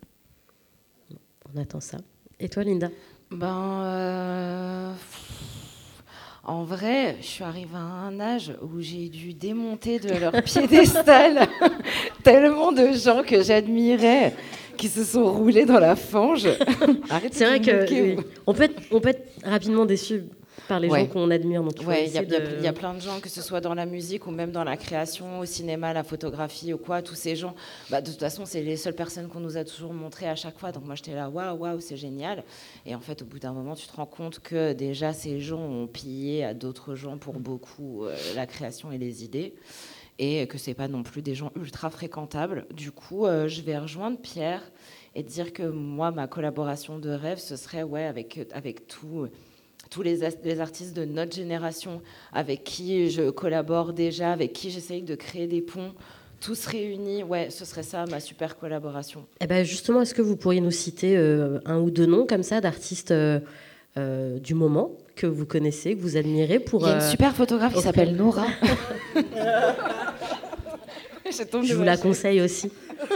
On attend ça. Et toi, Linda? En vrai, je suis arrivée à un âge où j'ai dû démonter de leur piédestal tellement de gens que j'admirais qui se sont roulés dans la fange. C'est vrai qu'on peut être rapidement déçu par les gens qu'on admire. Il y a plein de gens, que ce soit dans la musique ou même dans la création, au cinéma, la photographie ou quoi, tous ces gens, de toute façon, c'est les seules personnes qu'on nous a toujours montrées à chaque fois. Donc moi, j'étais là, waouh, c'est génial. Et en fait, au bout d'un moment, tu te rends compte que déjà, ces gens ont pillé à d'autres gens pour beaucoup la création et les idées. Et que c'est pas non plus des gens ultra fréquentables. Du coup, je vais rejoindre Pierre et dire que moi, ma collaboration de rêve, ce serait avec tous les artistes de notre génération, avec qui je collabore déjà, avec qui j'essaye de créer des ponts, tous réunis, ouais, ce serait ça, ma super collaboration. Eh ben justement, est-ce que vous pourriez nous citer un ou deux noms comme ça d'artistes du moment que vous connaissez, que vous admirez pour... Il y a une super photographe qui s'appelle Nora. Je vous la conseille aussi.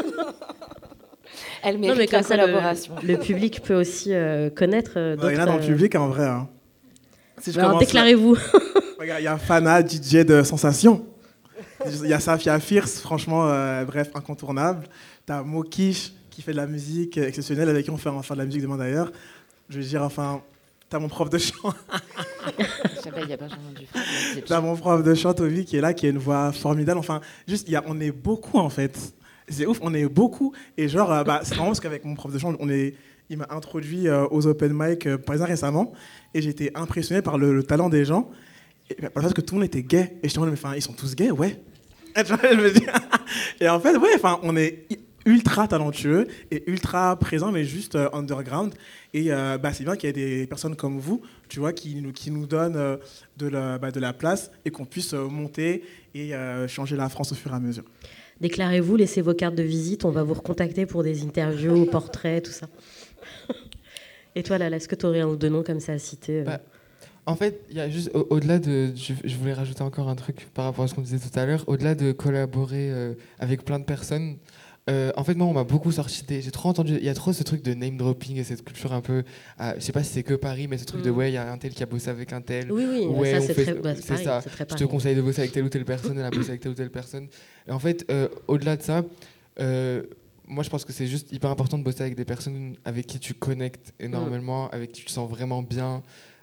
Elle mérite la collaboration. Le public peut aussi connaître d'autres... Il y en a dans le public, en vrai. Hein. Si je Alors, commence déclarez-vous. Il y a Fana, DJ de Sensation. Il y a Safia Fierce, franchement, bref, incontournable. T'as Mokish, qui fait de la musique exceptionnelle, avec qui on fait enfin de la musique demain d'ailleurs. Je veux dire, enfin, t'as mon prof de chant. Il y a Benjamin Dufresne. T'as mon prof de chant, Toby, qui est là, qui a une voix formidable. Enfin, juste, on est beaucoup, en fait. C'est ouf, on est beaucoup. Et genre, c'est marrant parce qu'avec mon prof de chant, il m'a introduit aux open mic par exemple récemment. Et j'ai été impressionné par le talent des gens. Et par le fait que tout le monde était gay. Et je me dis, mais ils sont tous gays, ouais. Et en fait, ouais, on est ultra talentueux et ultra présent, mais juste underground. Et c'est bien qu'il y ait des personnes comme vous, tu vois, qui nous donnent de la place et qu'on puisse monter et changer la France au fur et à mesure. Déclarez-vous, laissez vos cartes de visite, on va vous recontacter pour des interviews, portraits, tout ça. Et toi, Lala, est-ce que tu aurais un ou deux noms comme ça à citer En fait, il y a juste, au-delà de... Je voulais rajouter encore un truc par rapport à ce qu'on disait tout à l'heure. Au-delà de collaborer avec plein de personnes, en fait, moi, on m'a beaucoup sorti j'ai trop entendu... Il y a trop ce truc de name-dropping et cette culture un peu... je sais pas si c'est que Paris, mais ce truc de, ouais, il y a un tel qui a bossé avec un tel. Oui, ouais, ça, c'est ça. C'est très je te conseille de bosser avec telle ou telle personne, elle a bossé avec telle ou telle personne. Et en fait, au-delà de ça... moi, je pense que c'est juste hyper important de bosser avec des personnes avec qui tu connectes énormément, avec qui tu te sens vraiment bien.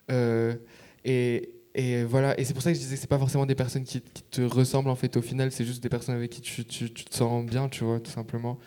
Et voilà. Et c'est pour ça que je disais que c'est pas forcément des personnes qui te ressemblent, en fait, au final. C'est juste des personnes avec qui tu te sens bien, tu vois, tout simplement.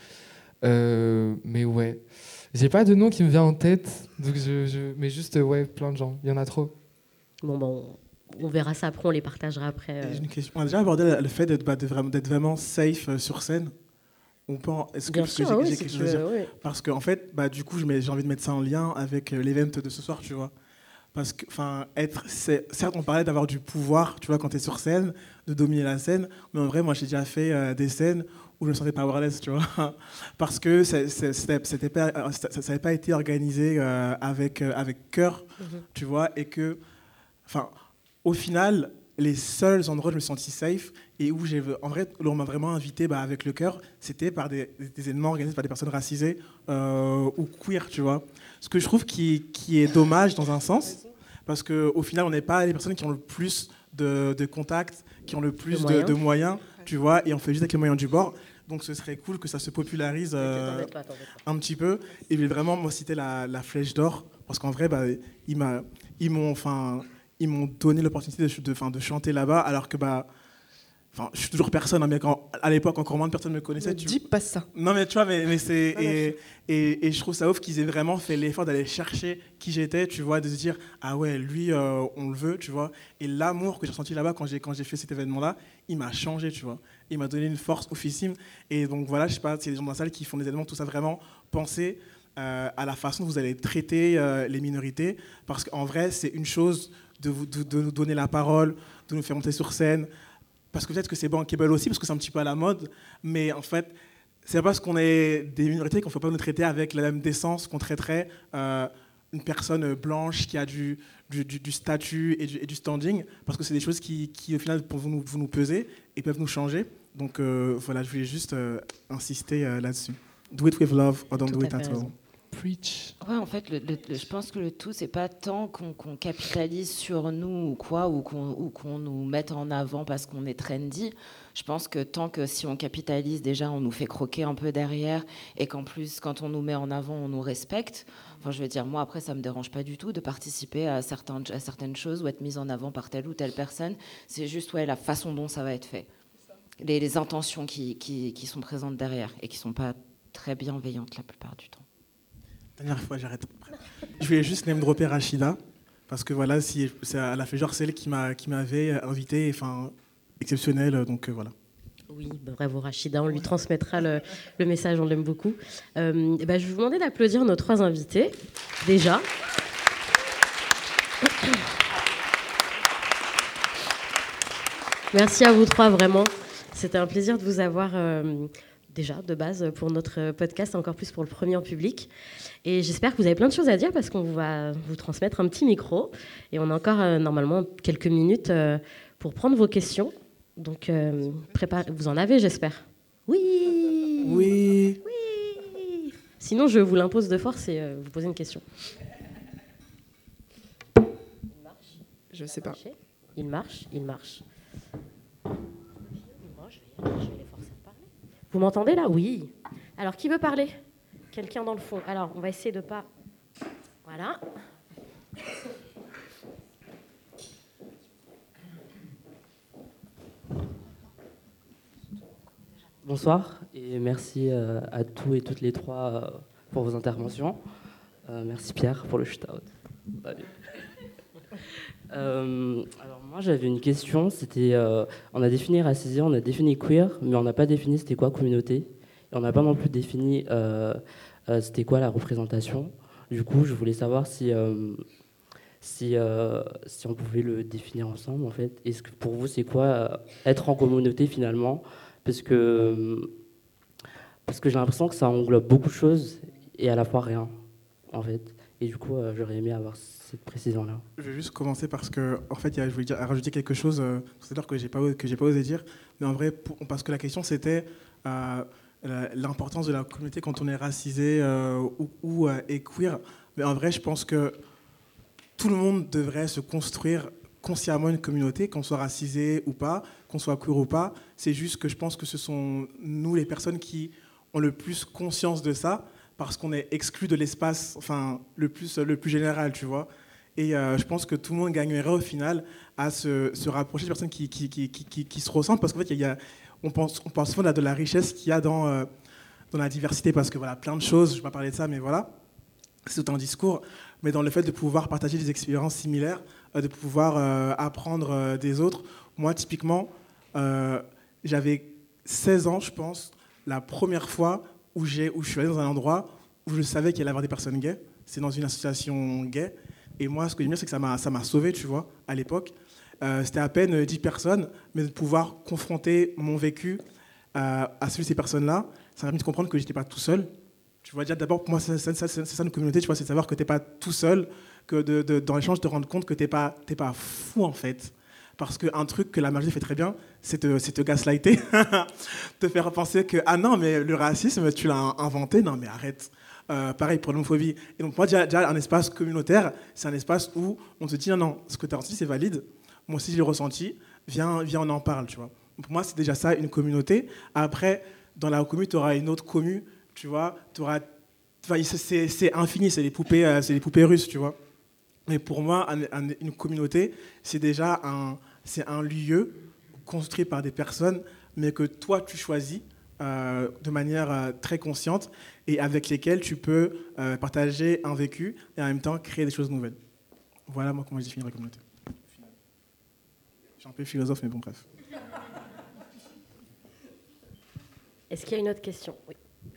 Mais ouais. J'ai pas de nom qui me vient en tête, donc mais juste, ouais, plein de gens. Il y en a trop. Bon, on verra ça après, on les partagera après. J'ai une question. On a déjà abordé le fait d'être vraiment safe sur scène. Est-ce que j'ai quelque chose à dire ? Parce qu'en fait, du coup, j'ai envie de mettre ça en lien avec l'event de ce soir, tu vois. Parce que, certes, on parlait d'avoir du pouvoir, tu vois, quand tu es sur scène, de dominer la scène, mais en vrai, moi, j'ai déjà fait des scènes où je me sentais powerless, tu vois, parce que ça n'avait pas été organisé avec cœur, tu vois, et que, au final, les seuls endroits où je me sentis safe et où en vrai, on m'a vraiment invité avec le cœur, c'était par des événements organisés par des personnes racisées ou queer, tu vois. Ce que je trouve qui est dommage dans un sens, parce qu'au final, on n'est pas les personnes qui ont le plus de contacts, qui ont le plus de moyens, tu vois, et on fait juste avec les moyens du bord. Donc ce serait cool que ça se popularise un petit peu. Et je vais vraiment moi citer la Flèche d'Or, parce qu'en vrai, ils m'ont donné l'opportunité de chanter là-bas, alors que je suis toujours personne, hein, mais à l'époque, encore moins de personnes me connaissaient. Dis pas ça. Non, mais tu vois, mais c'est... Et je trouve ça ouf qu'ils aient vraiment fait l'effort d'aller chercher qui j'étais, tu vois, de se dire, ah ouais, lui, on le veut, tu vois. Et l'amour que j'ai ressenti là-bas quand j'ai fait cet événement-là, il m'a changé, tu vois. Il m'a donné une force oufissime. Et donc voilà, je sais pas, c'est des gens dans la salle qui font des événements, tout ça, vraiment penser à la façon dont vous allez traiter les minorités. Parce qu'en vrai, c'est une chose de nous donner la parole, de nous faire monter sur scène, parce que peut-être que c'est bankable aussi, parce que c'est un petit peu à la mode, mais en fait, c'est pas parce qu'on est des minorités qu'on ne peut pas nous traiter avec la même décence qu'on traiterait une personne blanche qui a du statut et du standing, parce que c'est des choses qui au final, vous nous peser et peuvent nous changer. Donc voilà, je voulais juste insister là-dessus. Do it with love or don't do it at all. Preach. Ouais, en fait, je pense que le tout, c'est pas tant qu'on capitalise sur nous ou quoi, ou qu'on nous mette en avant parce qu'on est trendy. Je pense que tant que si on capitalise, déjà, on nous fait croquer un peu derrière, et qu'en plus, quand on nous met en avant, on nous respecte. Enfin, je veux dire, moi, après, ça me dérange pas du tout de participer à certaines choses ou être mise en avant par telle ou telle personne. C'est juste, la façon dont ça va être fait. Les intentions qui sont présentes derrière et qui sont pas très bienveillantes la plupart du temps. Dernière fois, j'arrête. Je voulais juste name dropper Rachida, parce que voilà, elle a fait genre celle qui m'avait invité, exceptionnelle, donc voilà. Oui, bravo Rachida, on lui transmettra le message, on l'aime beaucoup. Je vais vous demander d'applaudir nos 3 invités, déjà. Merci à vous 3, vraiment. C'était un plaisir de vous avoir déjà de base pour notre podcast, encore plus pour le premier en public. Et j'espère que vous avez plein de choses à dire parce qu'on va vous transmettre un petit micro. Et on a encore normalement quelques minutes pour prendre vos questions. Donc vous en avez, j'espère. Oui. Oui. Oui. Sinon, je vous l'impose de force et vous posez une question. Je sais pas. Il marche. Bon, je vais les forcer à parler. Vous m'entendez là? Oui. Alors, qui veut parler? Quelqu'un dans le fond. Alors, on va essayer de pas... Voilà. Bonsoir et merci à tous et toutes les trois pour vos interventions. Merci Pierre pour le shout-out. Alors moi j'avais une question, c'était on a défini racisé, on a défini queer, mais on n'a pas défini c'était quoi communauté, et on n'a pas non plus défini c'était quoi la représentation. Du coup je voulais savoir si on pouvait le définir ensemble en fait. Est-ce que pour vous c'est quoi être en communauté finalement, parce que j'ai l'impression que ça englobe beaucoup de choses et à la fois rien en fait. Et du coup, j'aurais aimé avoir cette précision-là. Je vais juste commencer parce que, en fait, je voulais rajouter quelque chose tout à l'heure que j'ai pas osé dire. Mais en vrai, parce que la question c'était l'importance de la communauté quand on est racisé ou est queer. Mais en vrai, je pense que tout le monde devrait se construire consciemment une communauté, qu'on soit racisé ou pas, qu'on soit queer ou pas. C'est juste que je pense que ce sont nous les personnes qui ont le plus conscience de ça, parce qu'on est exclu de l'espace, enfin, le plus général, tu vois. Et je pense que tout le monde gagnerait au final à se rapprocher de personnes qui se ressemblent, parce qu'en fait, on pense souvent de la richesse qu'il y a dans la diversité, parce que voilà, plein de choses, je ne vais pas parler de ça, mais voilà, c'est tout un discours, mais dans le fait de pouvoir partager des expériences similaires, de pouvoir apprendre des autres. Moi, typiquement, j'avais 16 ans, je pense, la première fois où je suis allé dans un endroit où je savais qu'il allait y avoir des personnes gays. C'est dans une association gay. Et moi, ce que j'aime bien, c'est que ça m'a sauvé, tu vois, à l'époque. C'était à peine 10 personnes, mais de pouvoir confronter mon vécu à celui de ces personnes-là, ça m'a permis de comprendre que je n'étais pas tout seul. Tu vois, déjà, d'abord, pour moi, c'est ça une communauté, tu vois, c'est de savoir que tu n'es pas tout seul, que dans l'échange, te rendre compte que tu n'es pas fou, en fait. Parce qu'un truc que la majorité fait très bien, c'est te gaslighter, te faire penser que, ah non, mais le racisme, tu l'as inventé, non, mais arrête. Pareil pour l'homophobie. Et donc, moi, déjà, un espace communautaire, c'est un espace où on te dit, non, ce que tu as ressenti, c'est valide. Moi aussi, je l'ai ressenti. Viens, on en parle, tu vois. Pour moi, c'est déjà ça, une communauté. Après, dans la commune, tu auras une autre commune, tu vois. C'est infini, c'est les poupées russes, tu vois. Mais pour moi, une communauté, c'est déjà un lieu construit par des personnes, mais que toi, tu choisis de manière très consciente et avec lesquelles tu peux partager un vécu et en même temps créer des choses nouvelles. Voilà moi comment je définis la communauté. Je suis un peu philosophe, mais bon, bref. Est-ce qu'il y a une autre question? Oui.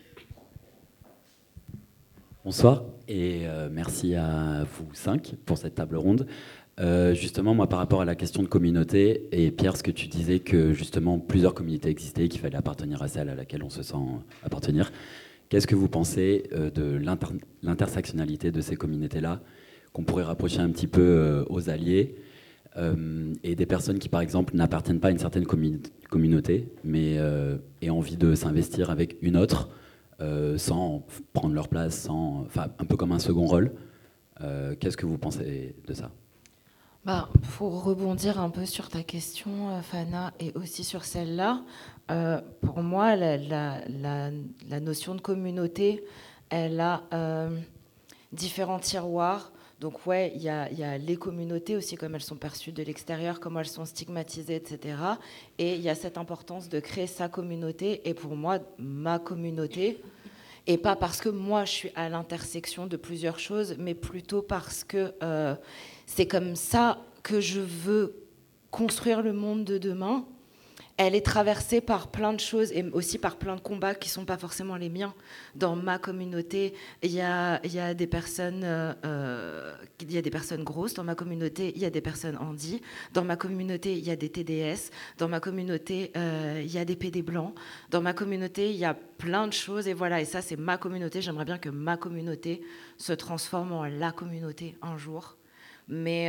Bonsoir et merci à vous 5 pour cette table ronde. Justement, moi, par rapport à la question de communauté, et Pierre, ce que tu disais que justement plusieurs communautés existaient, qu'il fallait appartenir à celle à laquelle on se sent appartenir, qu'est-ce que vous pensez de l'intersectionnalité de ces communautés-là, qu'on pourrait rapprocher un petit peu aux alliés, et des personnes qui, par exemple, n'appartiennent pas à une certaine communauté, mais aient envie de s'investir avec une autre, sans prendre leur place, un peu comme un second rôle. Qu'est-ce que vous pensez de ça ? Pour rebondir un peu sur ta question, Fana, et aussi sur celle-là, pour moi, la notion de communauté, elle a différents tiroirs. Donc ouais, il y a les communautés aussi, comme elles sont perçues de l'extérieur, comment elles sont stigmatisées, etc. Et il y a cette importance de créer sa communauté. Et pour moi, ma communauté, et pas parce que moi, je suis à l'intersection de plusieurs choses, mais plutôt parce que c'est comme ça que je veux construire le monde de demain. elle est traversée par plein de choses et aussi par plein de combats qui ne sont pas forcément les miens. Dans ma communauté, il y a des personnes grosses. Dans ma communauté, il y a des personnes handies. Dans ma communauté, il y a des TDS. Dans ma communauté, il y a des PD blancs. Dans ma communauté, il y a plein de choses. Et voilà, et ça, c'est ma communauté. J'aimerais bien que ma communauté se transforme en la communauté un jour. Mais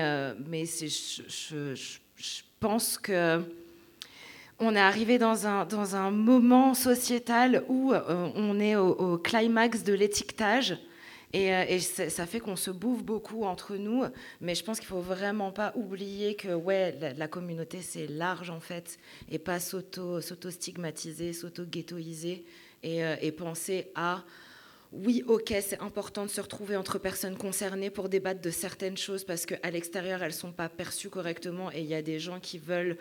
je pense que on est arrivé dans un moment sociétal où on est au climax de l'étiquetage et ça fait qu'on se bouffe beaucoup entre nous. Mais je pense qu'il ne faut vraiment pas oublier que la communauté, c'est large en fait, et pas s'auto-stigmatiser, s'auto-ghettoiser et penser à... Oui, ok, c'est important de se retrouver entre personnes concernées pour débattre de certaines choses parce qu'à l'extérieur, elles ne sont pas perçues correctement et il y a des gens qui veulent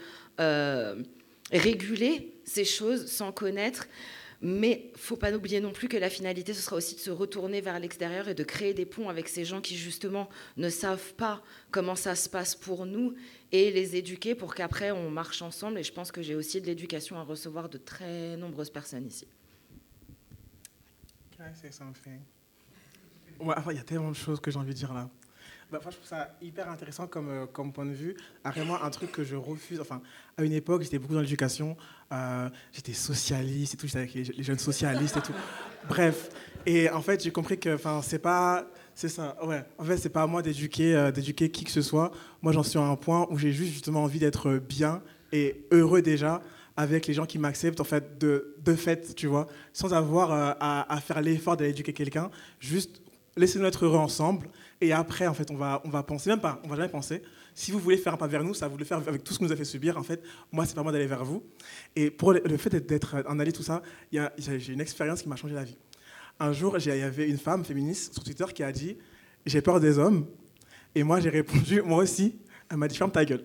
réguler ces choses sans connaître. Mais il ne faut pas oublier non plus que la finalité, ce sera aussi de se retourner vers l'extérieur et de créer des ponts avec ces gens qui, justement, ne savent pas comment ça se passe pour nous et les éduquer pour qu'après, on marche ensemble. Et je pense que j'ai aussi de l'éducation à recevoir de très nombreuses personnes ici. C'est something. Ouais, enfin, il y a tellement de choses que j'ai envie de dire là. Enfin, je trouve ça hyper intéressant comme point de vue. Vraiment, un truc que je refuse. Enfin, à une époque, j'étais beaucoup dans l'éducation. J'étais socialiste et tout. J'étais avec les jeunes socialistes et tout. Bref. Et en fait, j'ai compris que, c'est pas. C'est ça. Ouais. En fait, c'est pas à moi d'éduquer qui que ce soit. Moi, j'en suis à un point où j'ai juste justement envie d'être bien et heureux déjà avec les gens qui m'acceptent, en fait, de fait, tu vois, sans avoir à faire l'effort d'aller éduquer quelqu'un. Juste, laissez-nous être heureux ensemble. Et après, en fait, on va penser, même pas, on va jamais penser. Si vous voulez faire un pas vers nous, ça vous le faire avec tout ce que nous a fait subir. En fait, moi, c'est pas moi d'aller vers vous. Et pour le fait d'être un allié, tout ça, j'ai une expérience qui m'a changé la vie. Un jour, il y avait une femme féministe sur Twitter qui a dit « J'ai peur des hommes ». Et moi, j'ai répondu « Moi aussi ». Elle m'a dit « Ferme ta gueule ».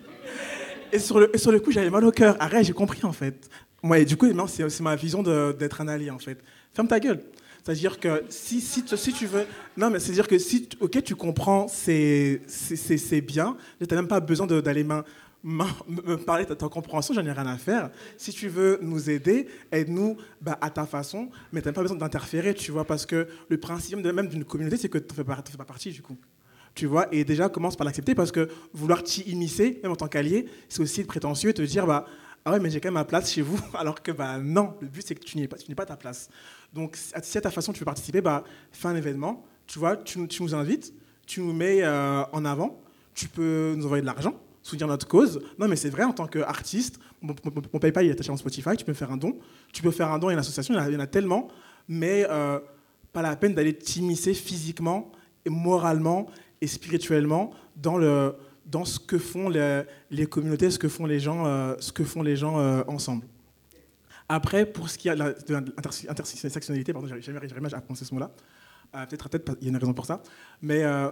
Et sur le coup, j'avais mal au cœur. Arrête, j'ai compris, en fait. Moi, et du coup, c'est ma vision d'être un allié, en fait. Ferme ta gueule. C'est-à-dire que si tu veux... Non, mais c'est-à-dire que si tu comprends, c'est bien. Tu n'as même pas besoin d'aller me parler de ta compréhension, j'en ai rien à faire. Si tu veux nous aider, aide-nous à ta façon, mais tu n'as même pas besoin d'interférer, tu vois, parce que le principe même d'une communauté, c'est que tu ne fais pas partie, du coup. Tu vois, et déjà, commence par l'accepter, parce que vouloir t'y immiscer, même en tant qu'allié, c'est aussi prétentieux et te dire, ah ouais, mais j'ai quand même ma place chez vous, alors que non, le but, c'est que tu n'es pas ta place. Donc, si à ta façon, tu veux participer, fais un événement, tu vois, tu nous invites, tu nous mets en avant, tu peux nous envoyer de l'argent, soutenir notre cause. Non, mais c'est vrai, en tant qu'artiste, mon PayPal, il est attaché en Spotify, tu peux faire un don. Tu peux faire un don à une association, il y en a tellement, mais pas la peine d'aller t'immiscer physiquement, et moralement et spirituellement dans ce que font les communautés, ce que font les gens ensemble. Après, pour ce qui est de l'intersectionnalité, pardon, j'arrive jamais à prononcer ce mot-là. Peut-être il y a une raison pour ça. Mais en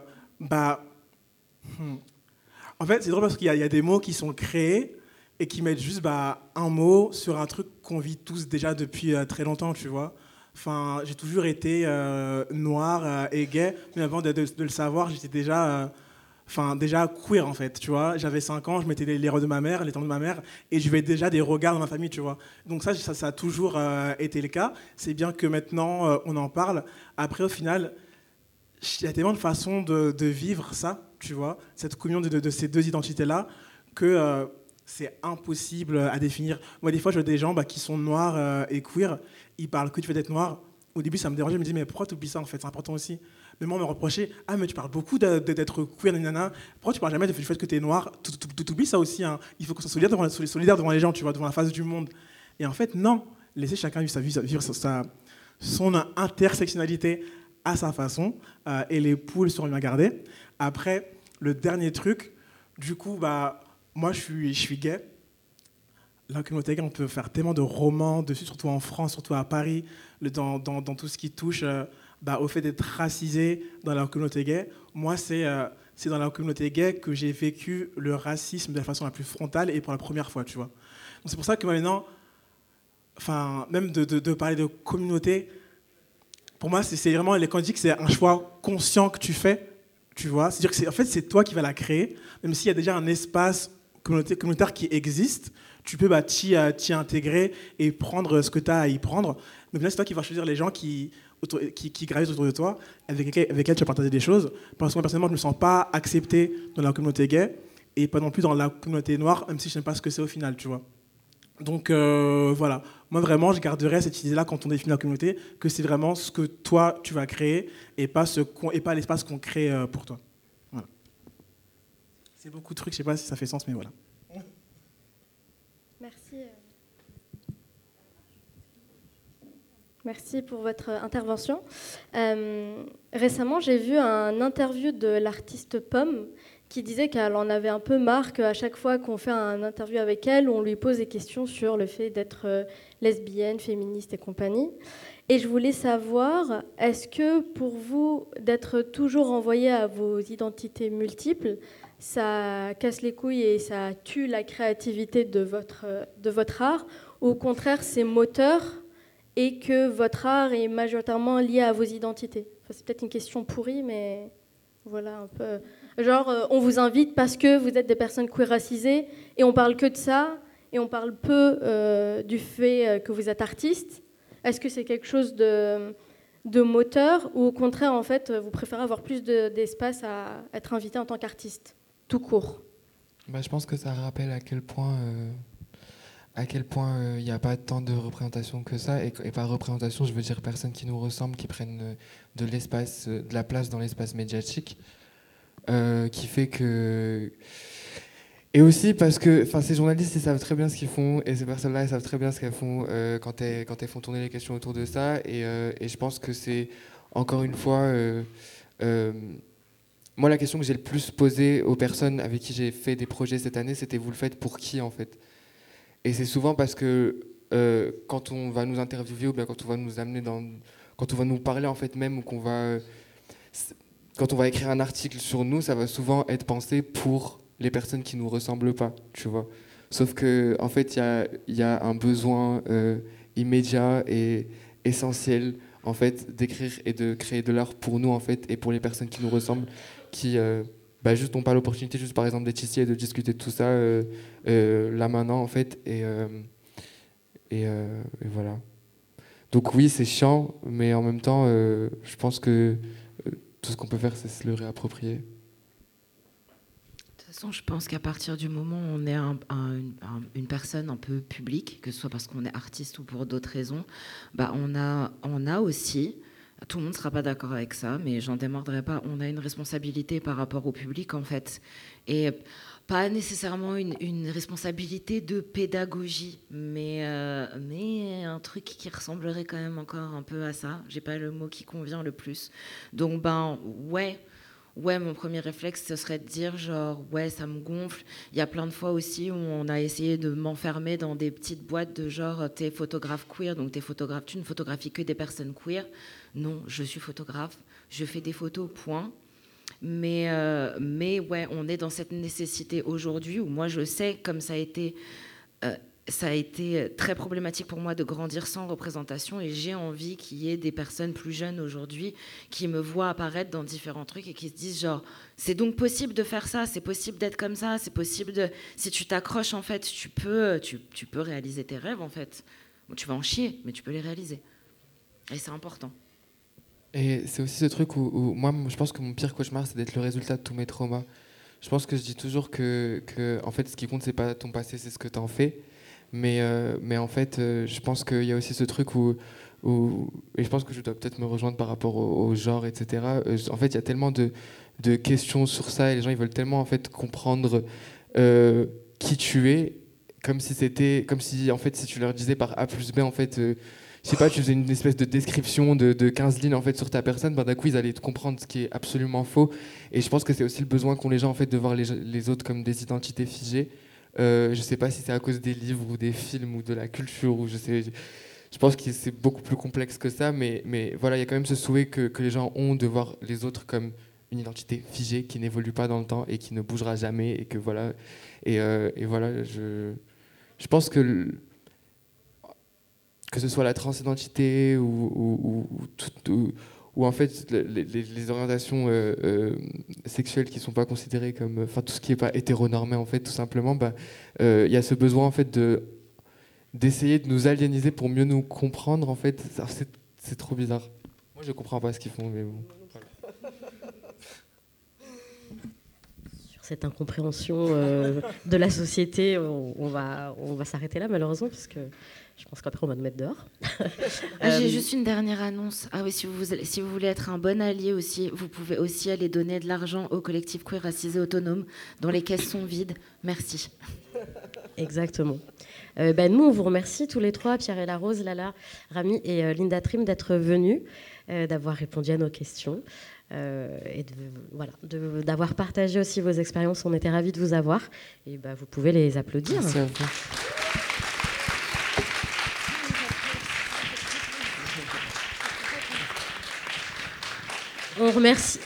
fait, c'est drôle parce qu'il y a des mots qui sont créés et qui mettent juste un mot sur un truc qu'on vit tous déjà depuis très longtemps, tu vois. Enfin, j'ai toujours été noir et gay, mais avant de le savoir, j'étais déjà queer en fait, tu vois. J'avais 5 ans, je mettais les robes de ma mère, les temps de ma mère, et je voyais déjà des regards dans ma famille, tu vois. Donc ça a toujours été le cas. C'est bien que maintenant, on en parle. Après, au final, il y a tellement de façons de vivre ça, tu vois, cette communion de ces deux identités-là, que c'est impossible à définir. Moi, des fois, je vois des gens qui sont noirs et queer, ils parlent que du fait d'être noir. Au début, ça me dérangeait, je me dis, mais pourquoi tu oublies ça, en fait, c'est important aussi. Mais moi, on me reprochait, mais tu parles beaucoup d'être queer, nanana. Pourquoi tu parles jamais du fait que tu es noir? Tu oublies ça aussi, hein. Il faut qu'on soit solidaire devant les gens, tu vois, devant la face du monde. Et en fait, non, laissez chacun vivre son intersectionnalité à sa façon, et les poules seront bien gardées. Après, le dernier truc, du coup, moi, je suis gay. La communauté gay, on peut faire tellement de romans dessus, surtout en France, surtout à Paris, dans tout ce qui touche au fait d'être racisé dans la communauté gay. Moi, c'est dans la communauté gay que j'ai vécu le racisme de la façon la plus frontale et pour la première fois, tu vois. Donc c'est pour ça que maintenant, même de parler de communauté, pour moi, c'est vraiment, quand on dit que c'est un choix conscient que tu fais, tu vois, c'est-à-dire que c'est toi qui vas la créer, même s'il y a déjà un espace communautaires qui existent, tu peux t'y intégrer et prendre ce que tu as à y prendre. Mais là, c'est toi qui vas choisir les gens qui gravitent autour de toi, avec lesquels tu vas partager des choses. Parce que moi, personnellement, je ne me sens pas accepté dans la communauté gay et pas non plus dans la communauté noire, même si je n'aime pas ce que c'est au final, tu vois. Donc voilà, moi vraiment je garderais cette idée-là quand on définit la communauté, que c'est vraiment ce que toi tu vas créer et pas l'espace qu'on crée pour toi. Voilà. C'est beaucoup de trucs, je sais pas si ça fait sens, mais voilà. Merci. Merci pour votre intervention. Récemment, j'ai vu un interview de l'artiste Pomme qui disait qu'elle en avait un peu marre qu'à chaque fois qu'on fait un interview avec elle, on lui pose des questions sur le fait d'être lesbienne, féministe et compagnie. Et je voulais savoir, est-ce que pour vous, d'être toujours renvoyé à vos identités multiples, ça casse les couilles et ça tue la créativité de votre art, ou au contraire, c'est moteur et que votre art est majoritairement lié à vos identités? Enfin, c'est peut-être une question pourrie, mais voilà un peu... Genre, on vous invite parce que vous êtes des personnes queer racisées et on parle que de ça et on parle peu du fait que vous êtes artiste. Est-ce que c'est quelque chose de moteur ou au contraire, en fait, vous préférez avoir plus d'espace à être invité en tant qu'artiste, tout court? Je pense que ça rappelle à quel point il n'y a pas tant de représentation que ça. Et par représentation, je veux dire personnes qui nous ressemblent, qui prennent de la place dans l'espace médiatique. Qui fait que... Et aussi parce que ces journalistes, ils savent très bien ce qu'ils font, et ces personnes-là, elles savent très bien ce qu'elles font quand elles font tourner les questions autour de ça. Et je pense que c'est, encore une fois... moi, la question que j'ai le plus posée aux personnes avec qui j'ai fait des projets cette année, c'était: vous le faites pour qui, en fait? Et c'est souvent parce que quand on va nous interviewer, ou bien quand on va nous amener quand on va nous parler, en fait, même, ou quand on va écrire un article sur nous, ça va souvent être pensé pour les personnes qui nous ressemblent pas, tu vois. Sauf que, en fait, il y a un besoin immédiat et essentiel, en fait, d'écrire et de créer de l'art pour nous, en fait, et pour les personnes qui nous ressemblent, qui juste n'ont pas l'opportunité, juste par exemple, d'être ici et de discuter de tout ça là maintenant, en fait, et voilà. Donc oui, c'est chiant, mais en même temps, je pense que tout ce qu'on peut faire, c'est se le réapproprier. De toute façon, je pense qu'à partir du moment où on est une personne un peu publique, que ce soit parce qu'on est artiste ou pour d'autres raisons, on a aussi, tout le monde ne sera pas d'accord avec ça, mais j'en démordrai pas, on a une responsabilité par rapport au public, en fait. Et pas nécessairement une responsabilité de pédagogie, mais un truc qui ressemblerait quand même encore un peu à ça. J'ai pas le mot qui convient le plus. Donc ouais, mon premier réflexe, ce serait de dire genre ouais, ça me gonfle. Il y a plein de fois aussi où on a essayé de m'enfermer dans des petites boîtes de genre t'es photographe queer, donc tu ne photographies que des personnes queer. Non, je suis photographe, je fais des photos, point. Mais ouais, on est dans cette nécessité aujourd'hui où moi je sais, comme ça a été très problématique pour moi de grandir sans représentation, et j'ai envie qu'il y ait des personnes plus jeunes aujourd'hui qui me voient apparaître dans différents trucs et qui se disent genre c'est donc possible de faire ça, c'est possible d'être comme ça, c'est possible de... Si tu t'accroches, en fait, tu peux réaliser tes rêves, en fait. Bon, tu vas en chier, mais tu peux les réaliser. Et c'est important. Et c'est aussi ce truc où moi, je pense que mon pire cauchemar, c'est d'être le résultat de tous mes traumas. Je pense que je dis toujours que en fait, ce qui compte, c'est pas ton passé, c'est ce que t'en fais. Mais en fait, je pense qu'il y a aussi ce truc où et je pense que je dois peut-être me rejoindre par rapport au genre, etc. En fait, il y a tellement de questions sur ça, et les gens, ils veulent tellement, en fait, comprendre qui tu es, comme si, en fait, si tu leur disais par A plus B, en fait... je sais pas, tu faisais une espèce de description de 15 lignes, en fait, sur ta personne, d'un coup, ils allaient te comprendre, ce qui est absolument faux. Et je pense que c'est aussi le besoin qu'ont les gens, en fait, de voir les autres comme des identités figées. Je sais pas si c'est à cause des livres ou des films ou de la culture, ou je pense que c'est beaucoup plus complexe que ça, mais voilà, il y a quand même ce souhait que les gens ont de voir les autres comme une identité figée qui n'évolue pas dans le temps et qui ne bougera jamais, et que voilà. Et voilà, je pense que ce soit la transidentité ou où en fait les orientations sexuelles qui sont pas considérées comme, enfin tout ce qui est pas hétéronormé en fait, tout simplement, y a ce besoin en fait d'essayer de nous aliéniser pour mieux nous comprendre en fait. C'est trop bizarre. Moi je comprends pas ce qu'ils font, mais bon. Sur cette incompréhension de la société, on va s'arrêter là malheureusement, puisque je pense qu'après on va nous mettre dehors. J'ai juste une dernière annonce. Ah oui, si vous voulez être un bon allié aussi, vous pouvez aussi aller donner de l'argent au collectif Queer Racisé Autonome, dont les caisses sont vides. Merci. Exactement. Nous, on vous remercie tous les trois, Pierre et la Rose, Lala, Rami et Linda Trim, d'être venus, d'avoir répondu à nos questions et d'avoir partagé aussi vos expériences. On était ravis de vous avoir. Et vous pouvez les applaudir. Merci à vous. On remercie.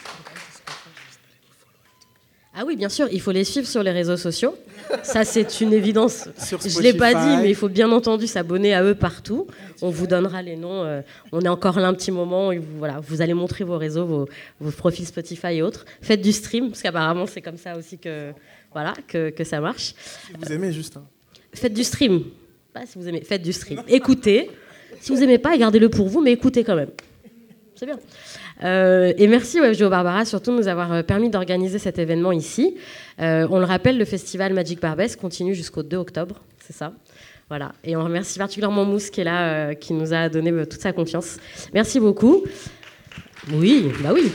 Ah oui, bien sûr, il faut les suivre sur les réseaux sociaux. Ça, c'est une évidence. Je ne l'ai pas dit, mais il faut bien entendu s'abonner à eux partout. On vous donnera les noms. On est encore là un petit moment. Et vous allez montrer vos réseaux, vos profils Spotify et autres. Faites du stream, parce qu'apparemment, c'est comme ça aussi que ça marche. Si vous aimez, juste. Faites du stream. Pas si vous aimez, faites du stream. Écoutez. Si vous n'aimez pas, gardez-le pour vous, mais écoutez quand même. C'est bien. Et merci OFGO Barbara surtout de nous avoir permis d'organiser cet événement ici. On le rappelle, le festival Magic Barbès continue jusqu'au 2 octobre, c'est ça. Voilà. Et on remercie particulièrement Mousse qui est là, qui nous a donné toute sa confiance. Merci beaucoup. Oui, oui.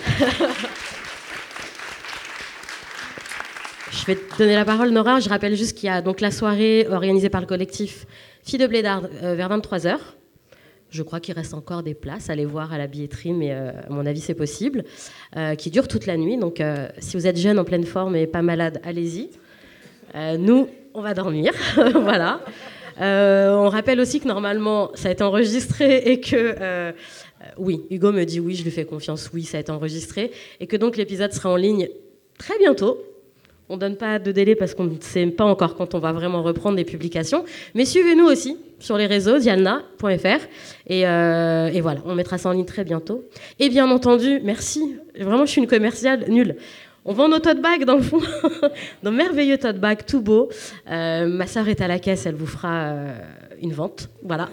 Je vais te donner la parole, Nora. Je rappelle juste qu'il y a donc la soirée organisée par le collectif Filles de Blédard vers 23h. Je crois qu'il reste encore des places à aller voir à la billetterie, mais à mon avis, c'est possible, qui dure toute la nuit. Donc, si vous êtes jeune, en pleine forme et pas malade, allez-y. Nous, on va dormir. Voilà. On rappelle aussi que normalement, ça a été enregistré et que... oui, Hugo me dit oui, je lui fais confiance. Oui, ça a été enregistré. Et que donc, l'épisode sera en ligne très bientôt. On ne donne pas de délai parce qu'on ne sait pas encore quand on va vraiment reprendre les publications. Mais suivez-nous aussi sur les réseaux, dialna.fr. Et voilà, on mettra ça en ligne très bientôt. Et bien entendu, merci. Vraiment, je suis une commerciale nulle. On vend nos tote bags dans le fond. Nos merveilleux tote bags, tout beaux. Ma sœur est à la caisse, elle vous fera une vente. Voilà.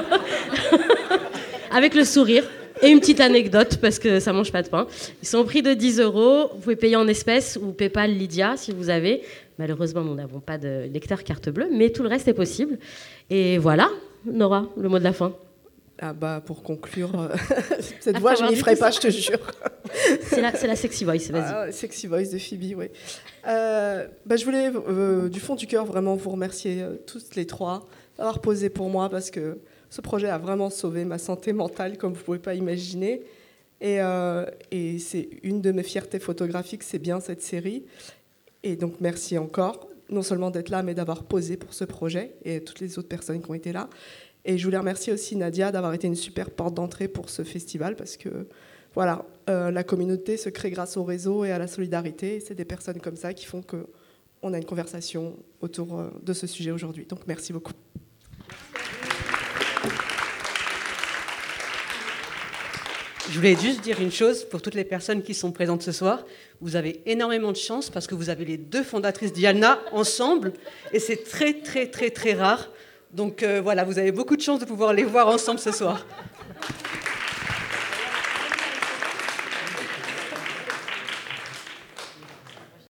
Avec le sourire. Et une petite anecdote, parce que ça ne mange pas de pain. Ils sont au prix de 10 €. Vous pouvez payer en espèces ou PayPal Lydia, si vous avez. Malheureusement, nous n'avons pas de lecteur carte bleue, mais tout le reste est possible. Et voilà, Nora, le mot de la fin. Pour conclure, cette voix, je ne m'y ferai pas, je te jure. C'est la sexy voice, vas-y. Sexy voice de Phoebe, oui. Je voulais, du fond du cœur, vraiment vous remercier toutes les trois d'avoir posé pour moi, parce que ce projet a vraiment sauvé ma santé mentale, comme vous ne pouvez pas imaginer. Et c'est une de mes fiertés photographiques, c'est bien cette série. Et donc, merci encore, non seulement d'être là, mais d'avoir posé pour ce projet, et toutes les autres personnes qui ont été là. Et je voulais remercier aussi Nadia d'avoir été une super porte d'entrée pour ce festival, parce que voilà, la communauté se crée grâce au réseau et à la solidarité. Et c'est des personnes comme ça qui font qu'on a une conversation autour de ce sujet aujourd'hui. Donc, merci beaucoup. Je voulais juste dire une chose pour toutes les personnes qui sont présentes ce soir. Vous avez énormément de chance parce que vous avez les deux fondatrices d'IALNA ensemble et c'est très, très, très, très rare. Donc voilà, vous avez beaucoup de chance de pouvoir les voir ensemble ce soir.